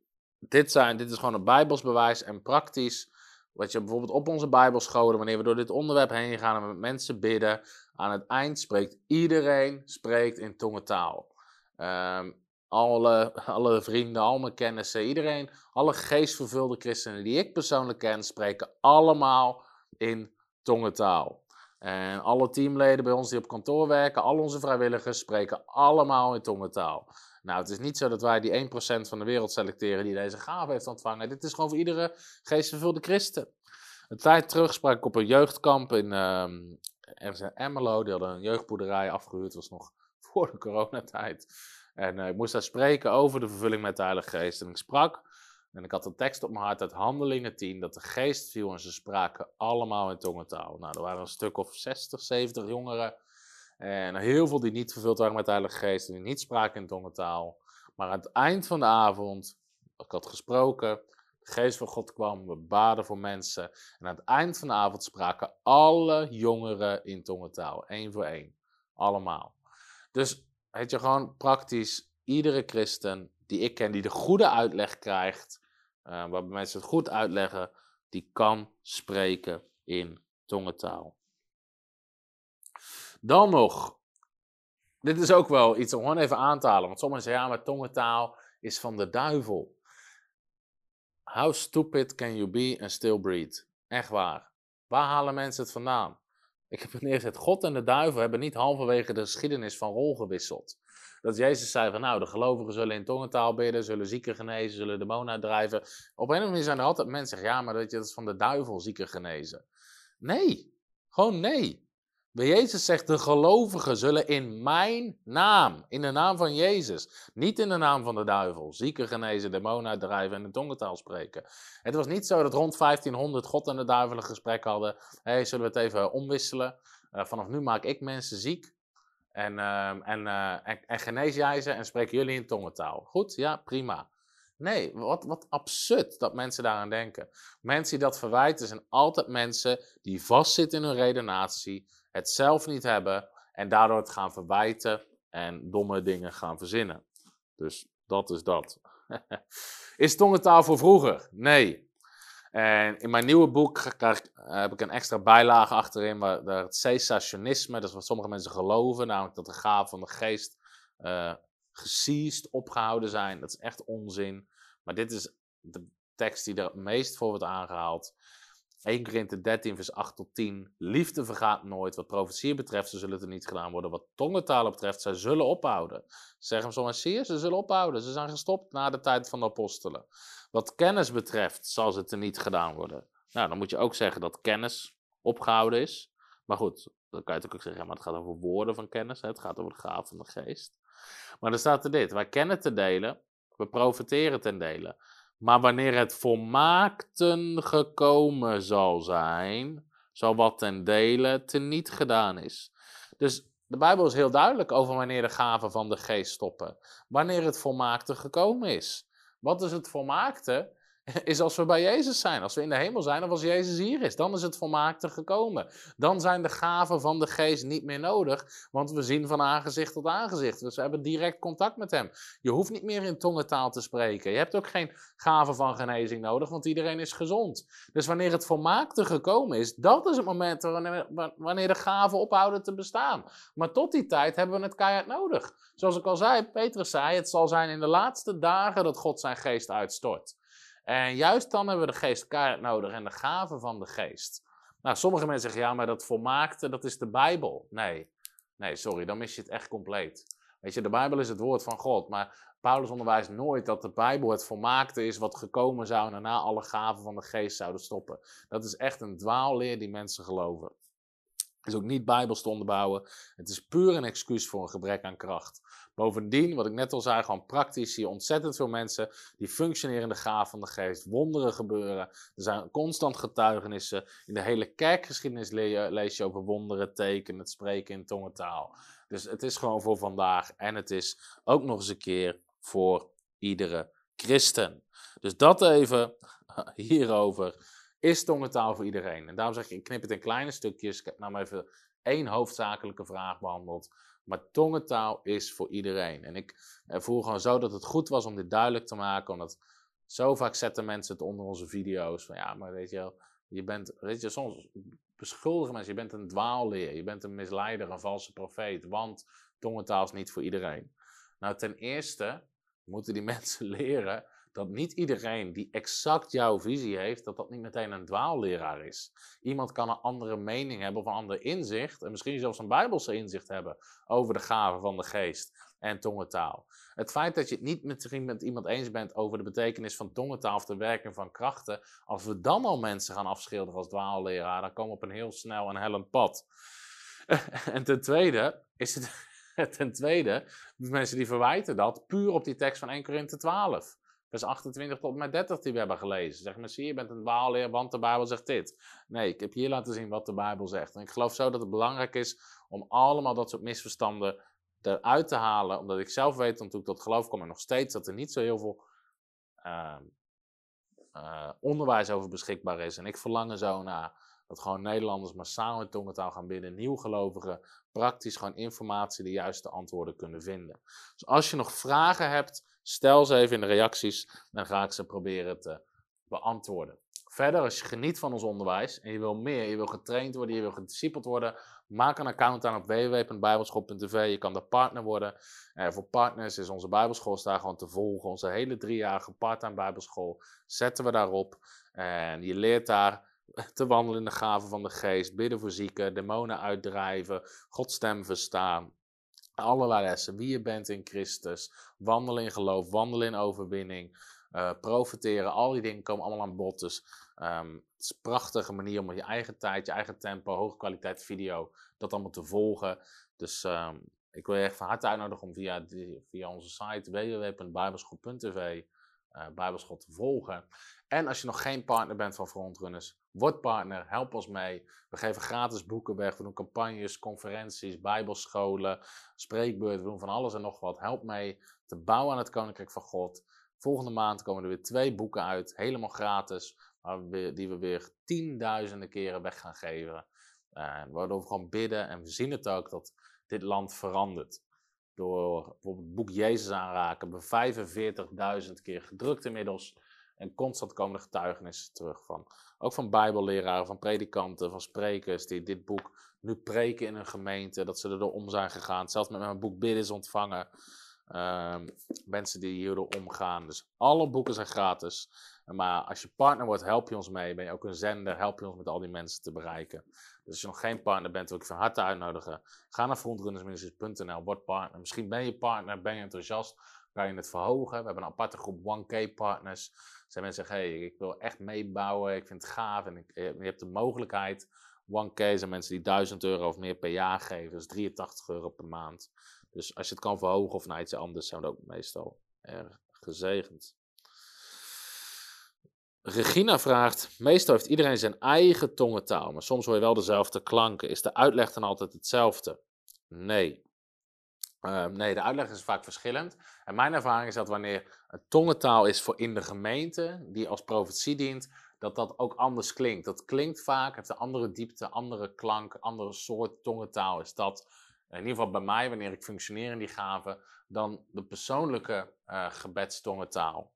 dit, zijn, dit is gewoon een Bijbels bewijs en praktisch. Wat je bijvoorbeeld op onze Bijbelscholen, wanneer we door dit onderwerp heen gaan en we met mensen bidden, aan het eind spreekt iedereen spreekt in tongentaal. Um, alle, alle vrienden, al mijn kennissen, iedereen, alle geestvervulde christenen die ik persoonlijk ken, spreken allemaal in tongentaal. En alle teamleden bij ons die op kantoor werken, al onze vrijwilligers spreken allemaal in tongentaal. Nou, het is niet zo dat wij die één procent van de wereld selecteren die deze gave heeft ontvangen. Dit is gewoon voor iedere geestvervulde christen. Een tijd terug sprak ik op een jeugdkamp in, um, ergens in Ermelo. Die hadden een jeugdboerderij afgehuurd, dat was nog voor de coronatijd. En uh, ik moest daar spreken over de vervulling met de Heilige Geest. En ik sprak, en ik had een tekst op mijn hart uit Handelingen tien, dat de geest viel en ze spraken allemaal in tongentaal. Nou, er waren een stuk of zestig, zeventig jongeren. En heel veel die niet vervuld waren met de Heilige Geest en die niet spraken in tongentaal. Maar aan het eind van de avond, ik had gesproken, de Geest van God kwam, we baden voor mensen. En aan het eind van de avond spraken alle jongeren in tongentaal, één voor één. Allemaal. Dus, weet je, gewoon praktisch, iedere christen die ik ken, die de goede uitleg krijgt, uh, waarbij mensen het goed uitleggen, die kan spreken in tongentaal. Dan nog, dit is ook wel iets om gewoon even aan te halen, want sommigen zeggen, ja, maar tongentaal is van de duivel. How stupid can you be and still breathe? Echt waar. Waar halen mensen het vandaan? Ik heb het neergezet, God en de duivel hebben niet halverwege de geschiedenis van rol gewisseld. Dat Jezus zei van, nou, de gelovigen zullen in tongentaal bidden, zullen zieken genezen, zullen demonen uitdrijven. Op een of andere manier zijn er altijd mensen die zeggen, ja, maar dat is van de duivel zieken genezen. Nee, gewoon nee. Bij Jezus zegt, de gelovigen zullen in mijn naam, in de naam van Jezus, niet in de naam van de duivel, zieken genezen, demonen uitdrijven en in tongentaal spreken. Het was niet zo dat rond vijftienhonderd God en de duivel een gesprek hadden, hé, hey, zullen we het even omwisselen? Uh, vanaf nu maak ik mensen ziek en, uh, en, uh, en, en genees jij ze en spreken jullie in tongentaal. Goed? Ja, prima. Nee, wat, wat absurd dat mensen daaraan denken. Mensen die dat verwijten zijn altijd mensen die vastzitten in hun redenatie, het zelf niet hebben en daardoor het gaan verwijten en domme dingen gaan verzinnen. Dus dat is dat. Is tongentaal voor vroeger? Nee. En in mijn nieuwe boek krijg, heb ik een extra bijlage achterin, waar het cessationisme, dat is wat sommige mensen geloven, namelijk dat de gaven van de geest uh, geseized, opgehouden zijn. Dat is echt onzin. Maar dit is de tekst die er het meest voor wordt aangehaald. Eerste Korinthe dertien vers acht tot tien. Liefde vergaat nooit. Wat profetieën betreft, ze zullen er niet gedaan worden. Wat tongentalen betreft, zij zullen ophouden. Zeggen soms, zie je, ze zullen ophouden. Ze zijn gestopt na de tijd van de apostelen. Wat kennis betreft, zal ze er niet gedaan worden. Nou, dan moet je ook zeggen dat kennis opgehouden is. Maar goed, dan kan je ook zeggen, ja, maar het gaat over woorden van kennis. Hè? Het gaat over de gaven van de geest. Maar dan staat er dit. Wij kennen te delen, we profiteren ten dele. Maar wanneer het volmaakten gekomen zal zijn, zal wat ten dele teniet gedaan is. Dus de Bijbel is heel duidelijk over wanneer de gaven van de geest stoppen. Wanneer het volmaakte gekomen is. Wat is het volmaakte? Is als we bij Jezus zijn, als we in de hemel zijn of als Jezus hier is. Dan is het volmaakte gekomen. Dan zijn de gaven van de geest niet meer nodig, want we zien van aangezicht tot aangezicht. Dus we hebben direct contact met hem. Je hoeft niet meer in tongentaal te spreken. Je hebt ook geen gaven van genezing nodig, want iedereen is gezond. Dus wanneer het volmaakte gekomen is, dat is het moment wanneer, wanneer de gaven ophouden te bestaan. Maar tot die tijd hebben we het keihard nodig. Zoals ik al zei, Petrus zei, het zal zijn in de laatste dagen dat God zijn geest uitstort. En juist dan hebben we de geest keihard nodig en de gaven van de geest. Nou, sommige mensen zeggen, ja, maar dat volmaakte, dat is de Bijbel. Nee, nee, sorry, dan mis je het echt compleet. Weet je, de Bijbel is het woord van God, maar Paulus onderwijst nooit dat de Bijbel het volmaakte is wat gekomen zou en daarna alle gaven van de geest zouden stoppen. Dat is echt een dwaalleer die mensen geloven. Het is ook niet bijbels te onderbouwen. Het is puur een excuus voor een gebrek aan kracht. Bovendien, wat ik net al zei, gewoon praktisch zie je ontzettend veel mensen die functioneren in de gaven van de geest. Wonderen gebeuren. Er zijn constant getuigenissen. In de hele kerkgeschiedenis lees je over wonderen, tekenen, het spreken in tongentaal. Dus het is gewoon voor vandaag. En het is ook nog eens een keer voor iedere christen. Dus dat even hierover. Is tongentaal voor iedereen? En daarom zeg ik, ik knip het in kleine stukjes. Ik heb nou maar even één hoofdzakelijke vraag behandeld. Maar tongentaal is voor iedereen. En ik voel gewoon zo dat het goed was om dit duidelijk te maken. Omdat Zo vaak zetten mensen het onder onze video's. Van ja, maar weet je wel, je bent, weet je, soms beschuldigen mensen, je bent een dwaalleer, je bent een misleider, een valse profeet, want tongentaal is niet voor iedereen. Nou, ten eerste moeten die mensen leren dat niet iedereen die exact jouw visie heeft, dat dat niet meteen een dwaalleraar is. Iemand kan een andere mening hebben of een ander inzicht, en misschien zelfs een bijbelse inzicht hebben over de gaven van de geest en tongentaal. Het feit dat je het niet met, met iemand eens bent over de betekenis van tongentaal of de werking van krachten, als we dan al mensen gaan afschilderen als dwaalleraar, dan komen we op een heel snel en hellend pad. En ten tweede is het... Ten tweede, mensen die verwijten dat puur op die tekst van Eerste Korinthe twaalf. Vers achtentwintig tot en met dertig die we hebben gelezen. Zeg maar, zie je, bent een dwaalleer, want de Bijbel zegt dit. Nee, ik heb hier laten zien wat de Bijbel zegt. En ik geloof zo dat het belangrijk is om allemaal dat soort misverstanden eruit te halen. Omdat ik zelf weet, toen ik tot geloof kwam en nog steeds, dat er niet zo heel veel uh, uh, onderwijs over beschikbaar is. En ik verlang er zo naar dat gewoon Nederlanders massaal in tongentaal gaan bidden. Nieuwgelovigen praktisch gewoon informatie, de juiste antwoorden kunnen vinden. Dus als je nog vragen hebt, stel ze even in de reacties. Dan ga ik ze proberen te beantwoorden. Verder, als je geniet van ons onderwijs en je wil meer, je wil getraind worden, je wil gediscipeld worden, maak een account aan op w w w punt bijbelschool punt t v. Je kan daar partner worden. En voor partners is onze bijbelschool daar gewoon te volgen. Onze hele driejarige part-time bijbelschool zetten we daarop. En je leert daar te wandelen in de gaven van de geest, bidden voor zieken, demonen uitdrijven, Gods stem verstaan. Allerlei lessen, wie je bent in Christus, wandelen in geloof, wandelen in overwinning, uh, profiteren, al die dingen komen allemaal aan bod. Dus um, het is een prachtige manier om je eigen tijd, je eigen tempo, hoge kwaliteit video, dat allemaal te volgen. Dus um, ik wil je echt van harte uitnodigen om via, die, via onze site w w w punt bijbelschool punt t v uh, Bijbelschool te volgen. En als je nog geen partner bent van Frontrunners, word partner, help ons mee. We geven gratis boeken weg, we doen campagnes, conferenties, bijbelscholen, spreekbeurten, we doen van alles en nog wat. Help mee te bouwen aan het Koninkrijk van God. Volgende maand komen er weer twee boeken uit, helemaal gratis, die we weer tienduizenden keren weg gaan geven. En waardoor we gewoon bidden en we zien het ook dat dit land verandert. Door bijvoorbeeld het boek Jezus aanraken, hebben we vijfenveertigduizend keer gedrukt inmiddels. En constant komen er getuigenissen terug van. Ook van bijbelleraren, van predikanten, van sprekers die dit boek nu preken in hun gemeente. Dat ze er door om zijn gegaan. Zelfs met mijn boek Bidden is ontvangen. Uh, mensen die hierdoor omgaan. Dus alle boeken zijn gratis. Maar als je partner wordt, help je ons mee. Ben je ook een zender, help je ons met al die mensen te bereiken. Dus als je nog geen partner bent, wil ik je van harte uitnodigen. Ga naar frontrunnersministries punt n l, word partner. Misschien ben je partner, ben je enthousiast, kan je het verhogen. We hebben een aparte groep one K partners. Zijn mensen zeggen, hey, ik wil echt meebouwen, ik vind het gaaf en ik, je hebt de mogelijkheid. one K zijn mensen die duizend euro of meer per jaar geven, dus drieëntachtig euro per maand. Dus als je het kan verhogen of naar iets anders, zijn we ook meestal erg gezegend. Regina vraagt, meestal heeft iedereen zijn eigen tongentaal, maar soms hoor je wel dezelfde klanken. Is de uitleg dan altijd hetzelfde? Nee. Uh, nee, de uitleg is vaak verschillend. En mijn ervaring is dat wanneer een tongentaal is voor in de gemeente, die als profetie dient, dat dat ook anders klinkt. Dat klinkt vaak, heeft een andere diepte, andere klank, andere soort tongentaal. Is dat, in ieder geval bij mij, wanneer ik functioneer in die gaven, dan de persoonlijke uh, gebedstongentaal.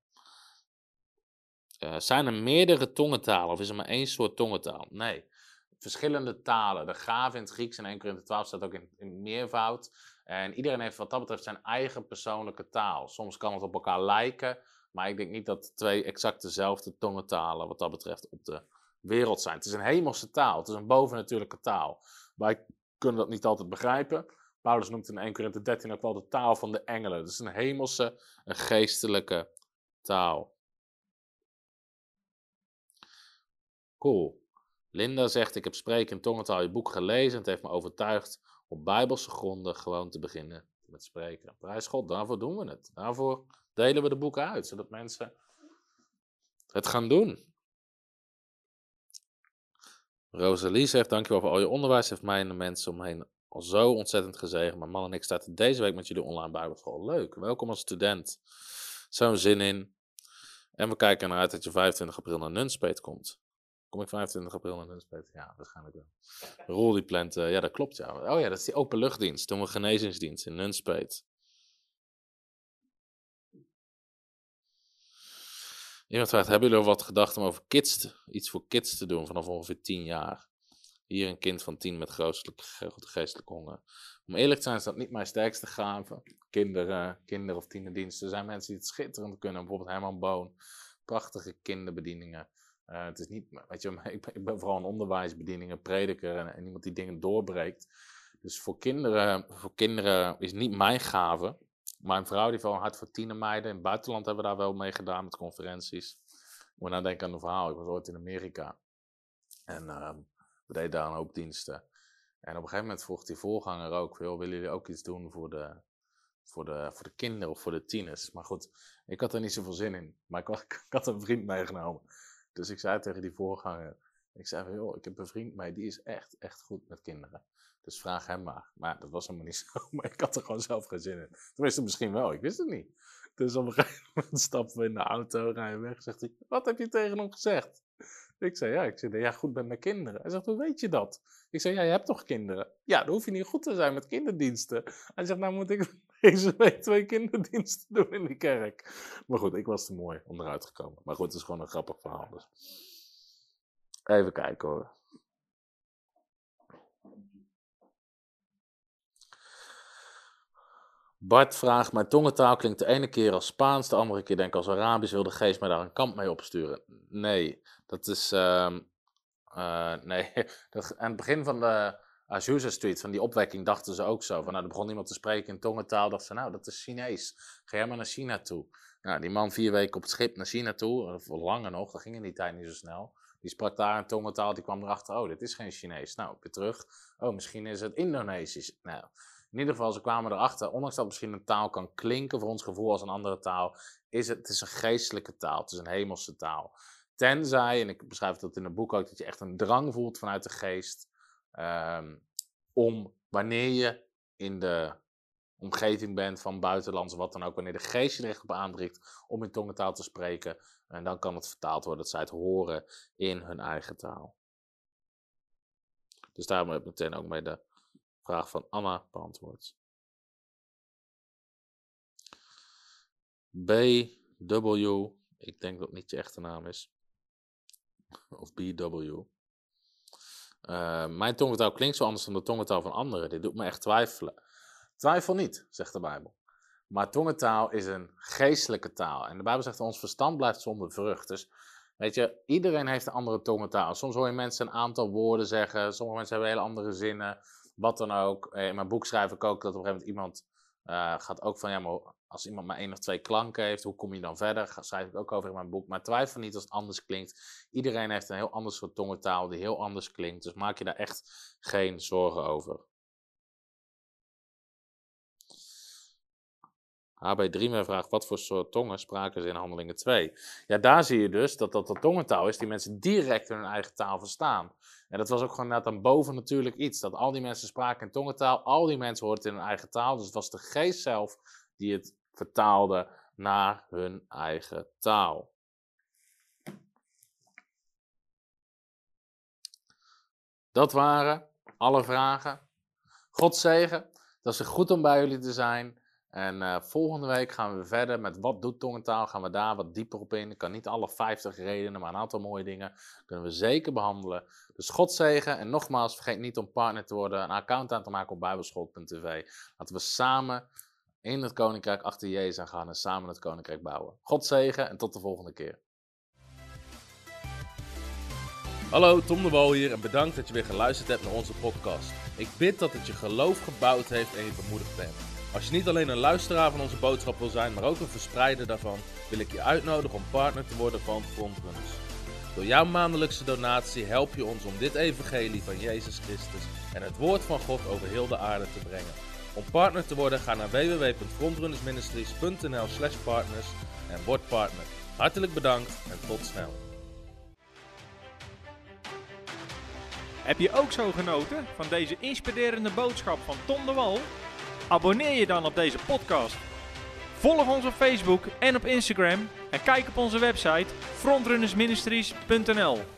Uh, zijn er meerdere tongentalen of is er maar één soort tongentaal? Nee, verschillende talen. De gave in het Grieks en Eerste Korinthe twaalf staat ook in, in meervoud. En iedereen heeft wat dat betreft zijn eigen persoonlijke taal. Soms kan het op elkaar lijken, maar ik denk niet dat twee exact dezelfde tongentalen wat dat betreft op de wereld zijn. Het is een hemelse taal, het is een bovennatuurlijke taal. Wij kunnen dat niet altijd begrijpen. Paulus noemt in Eerste Korinthe dertien ook wel de taal van de engelen. Het is een hemelse, een geestelijke taal. Cool. Linda zegt, ik heb Spreken in Tongentaal je boek gelezen. Het heeft me overtuigd op bijbelse gronden gewoon te beginnen met spreken. Prijs God, daarvoor doen we het. Daarvoor delen we de boeken uit, zodat mensen het gaan doen. Rosalie zegt, dankjewel voor al je onderwijs. Heeft mij en de mensen om me heen al zo ontzettend gezegend. Mijn man en ik starten deze week met jullie online bijbelschool. Leuk, welkom als student. Zo'n zin in. En we kijken naar uit dat je vijfentwintig april naar Nunspeet komt. Kom ik vijfentwintig april naar Nunspeet? Ja, waarschijnlijk wel. Roel die plant, uh, ja dat klopt ja. Oh ja, dat is die openluchtdienst. Doen we genezingsdienst in Nunspeet. Iemand vraagt, hebben jullie al wat gedacht om over kids te, iets voor kids te doen vanaf ongeveer tien jaar? Hier een kind van tien met grote geestelijke honger. Om eerlijk te zijn is dat niet mijn sterkste gave. Kinderen, kinder- of tienerdiensten. Er zijn mensen die het schitterend kunnen. Bijvoorbeeld Herman Boon. Prachtige kinderbedieningen. Uh, het is niet, weet je, ik ben, ik ben vooral een onderwijsbediening, prediker en, en iemand die dingen doorbreekt. Dus voor kinderen, voor kinderen is niet mijn gave. Mijn vrouw die heeft wel een hart voor tienermeiden. In het buitenland hebben we daar wel mee gedaan met conferenties. Ik moet nou denken aan een verhaal. Ik was ooit in Amerika. En uh, we deden daar een hoop diensten. En op een gegeven moment vroeg die voorganger ook, willen jullie ook iets doen voor de, voor, de, voor de kinderen of voor de tieners? Maar goed, ik had er niet zoveel zin in. Maar ik had, ik had een vriend meegenomen. Dus ik zei tegen die voorganger, ik zei van, joh, ik heb een vriend mee, die is echt, echt goed met kinderen. Dus vraag hem maar. Maar dat was helemaal niet zo. Maar ik had er gewoon zelf geen zin in. Tenminste, misschien wel. Ik wist het niet. Dus op een gegeven moment stappen we in de auto, rijden weg. Zegt hij, wat heb je tegen hem gezegd? Ik zei, ja, ik zei, dat jij goed bent met kinderen. Hij zegt, hoe weet je dat? Ik zei, ja, je hebt toch kinderen? Ja, dan hoef je niet goed te zijn met kinderdiensten. Hij zegt, nou moet ik deze week twee kinderdiensten doen in de kerk. Maar goed, ik was te mooi om eruit te komen. Maar goed, het is gewoon een grappig verhaal. Dus. Even kijken hoor. Bart vraagt, mijn tongentaal klinkt de ene keer als Spaans, de andere keer denk ik als Arabisch. Wil de geest mij daar een kamp mee opsturen? Nee, dat is... Uh, uh, nee, dat, aan het begin van de Azusa Street, van die opwekking, dachten ze ook zo. Van, nou, er begon iemand te spreken in tongentaal, dachten ze, nou, dat is Chinees. Ga jij maar naar China toe. Nou, die man vier weken op het schip naar China toe, of langer nog, dat ging in die tijd niet zo snel. Die sprak daar een tongentaal, die kwam erachter, oh, dit is geen Chinees. Nou, weer terug, oh, misschien is het Indonesisch. Nou... In ieder geval, ze kwamen erachter, ondanks dat misschien een taal kan klinken voor ons gevoel als een andere taal, is het, het is een geestelijke taal, het is een hemelse taal. Tenzij, en ik beschrijf dat in het boek ook, dat je echt een drang voelt vanuit de geest, um, om wanneer je in de omgeving bent van buitenlands, wat dan ook, wanneer de geest je er echt op aandringt om in tongentaal te spreken, en dan kan het vertaald worden dat zij het horen in hun eigen taal. Dus daarom heb ik meteen ook bij de vraag van Anna beantwoord. B W, ik denk dat het niet je echte naam is. Of B W. Uh, mijn tongentaal klinkt zo anders dan de tongentaal van anderen. Dit doet me echt twijfelen. Twijfel niet, zegt de Bijbel. Maar tongentaal is een geestelijke taal. En de Bijbel zegt, ons verstand blijft zonder vrucht. Dus weet je, iedereen heeft een andere tongentaal. Soms hoor je mensen een aantal woorden zeggen. Sommige mensen hebben hele andere zinnen. Wat dan ook. In mijn boek schrijf ik ook dat op een gegeven moment iemand uh, gaat ook van, ja, maar als iemand maar één of twee klanken heeft, hoe kom je dan verder? Dat schrijf ik ook over in mijn boek. Maar twijfel niet als het anders klinkt. Iedereen heeft een heel ander soort tongentaal die heel anders klinkt. Dus maak je daar echt geen zorgen over. H B drie vraagt, wat voor soort tongen spraken ze in Handelingen twee? Ja, daar zie je dus dat dat de tongentaal is die mensen direct in hun eigen taal verstaan. En dat was ook gewoon net een bovennatuurlijk iets. Dat al die mensen spraken in tongentaal, al die mensen hoorden het in hun eigen taal. Dus het was de geest zelf die het vertaalde naar hun eigen taal. Dat waren alle vragen. God zegen. Dat is goed om bij jullie te zijn. En uh, volgende week gaan we verder met wat doet tongentaal. Gaan we daar wat dieper op in. Ik kan niet alle vijftig redenen, maar een aantal mooie dingen kunnen we zeker behandelen. Dus God zegen. En nogmaals, vergeet niet om partner te worden. Een account aan te maken op bijbelschool punt t v. Laten we samen in het koninkrijk achter Jezus gaan en samen het koninkrijk bouwen. God zegen en tot de volgende keer. Hallo, Tom de Wal hier en bedankt dat je weer geluisterd hebt naar onze podcast. Ik bid dat het je geloof gebouwd heeft en je bemoedigd bent. Als je niet alleen een luisteraar van onze boodschap wil zijn, maar ook een verspreider daarvan, wil ik je uitnodigen om partner te worden van Frontrunners. Door jouw maandelijkse donatie help je ons om dit evangelie van Jezus Christus en het woord van God over heel de aarde te brengen. Om partner te worden, ga naar w w w punt frontrunnersministries punt n l slash partners en word partner. Hartelijk bedankt en tot snel. Heb je ook zo genoten van deze inspirerende boodschap van Tom de Wal? Abonneer je dan op deze podcast. Volg ons op Facebook en op Instagram en kijk op onze website frontrunnersministries punt n l.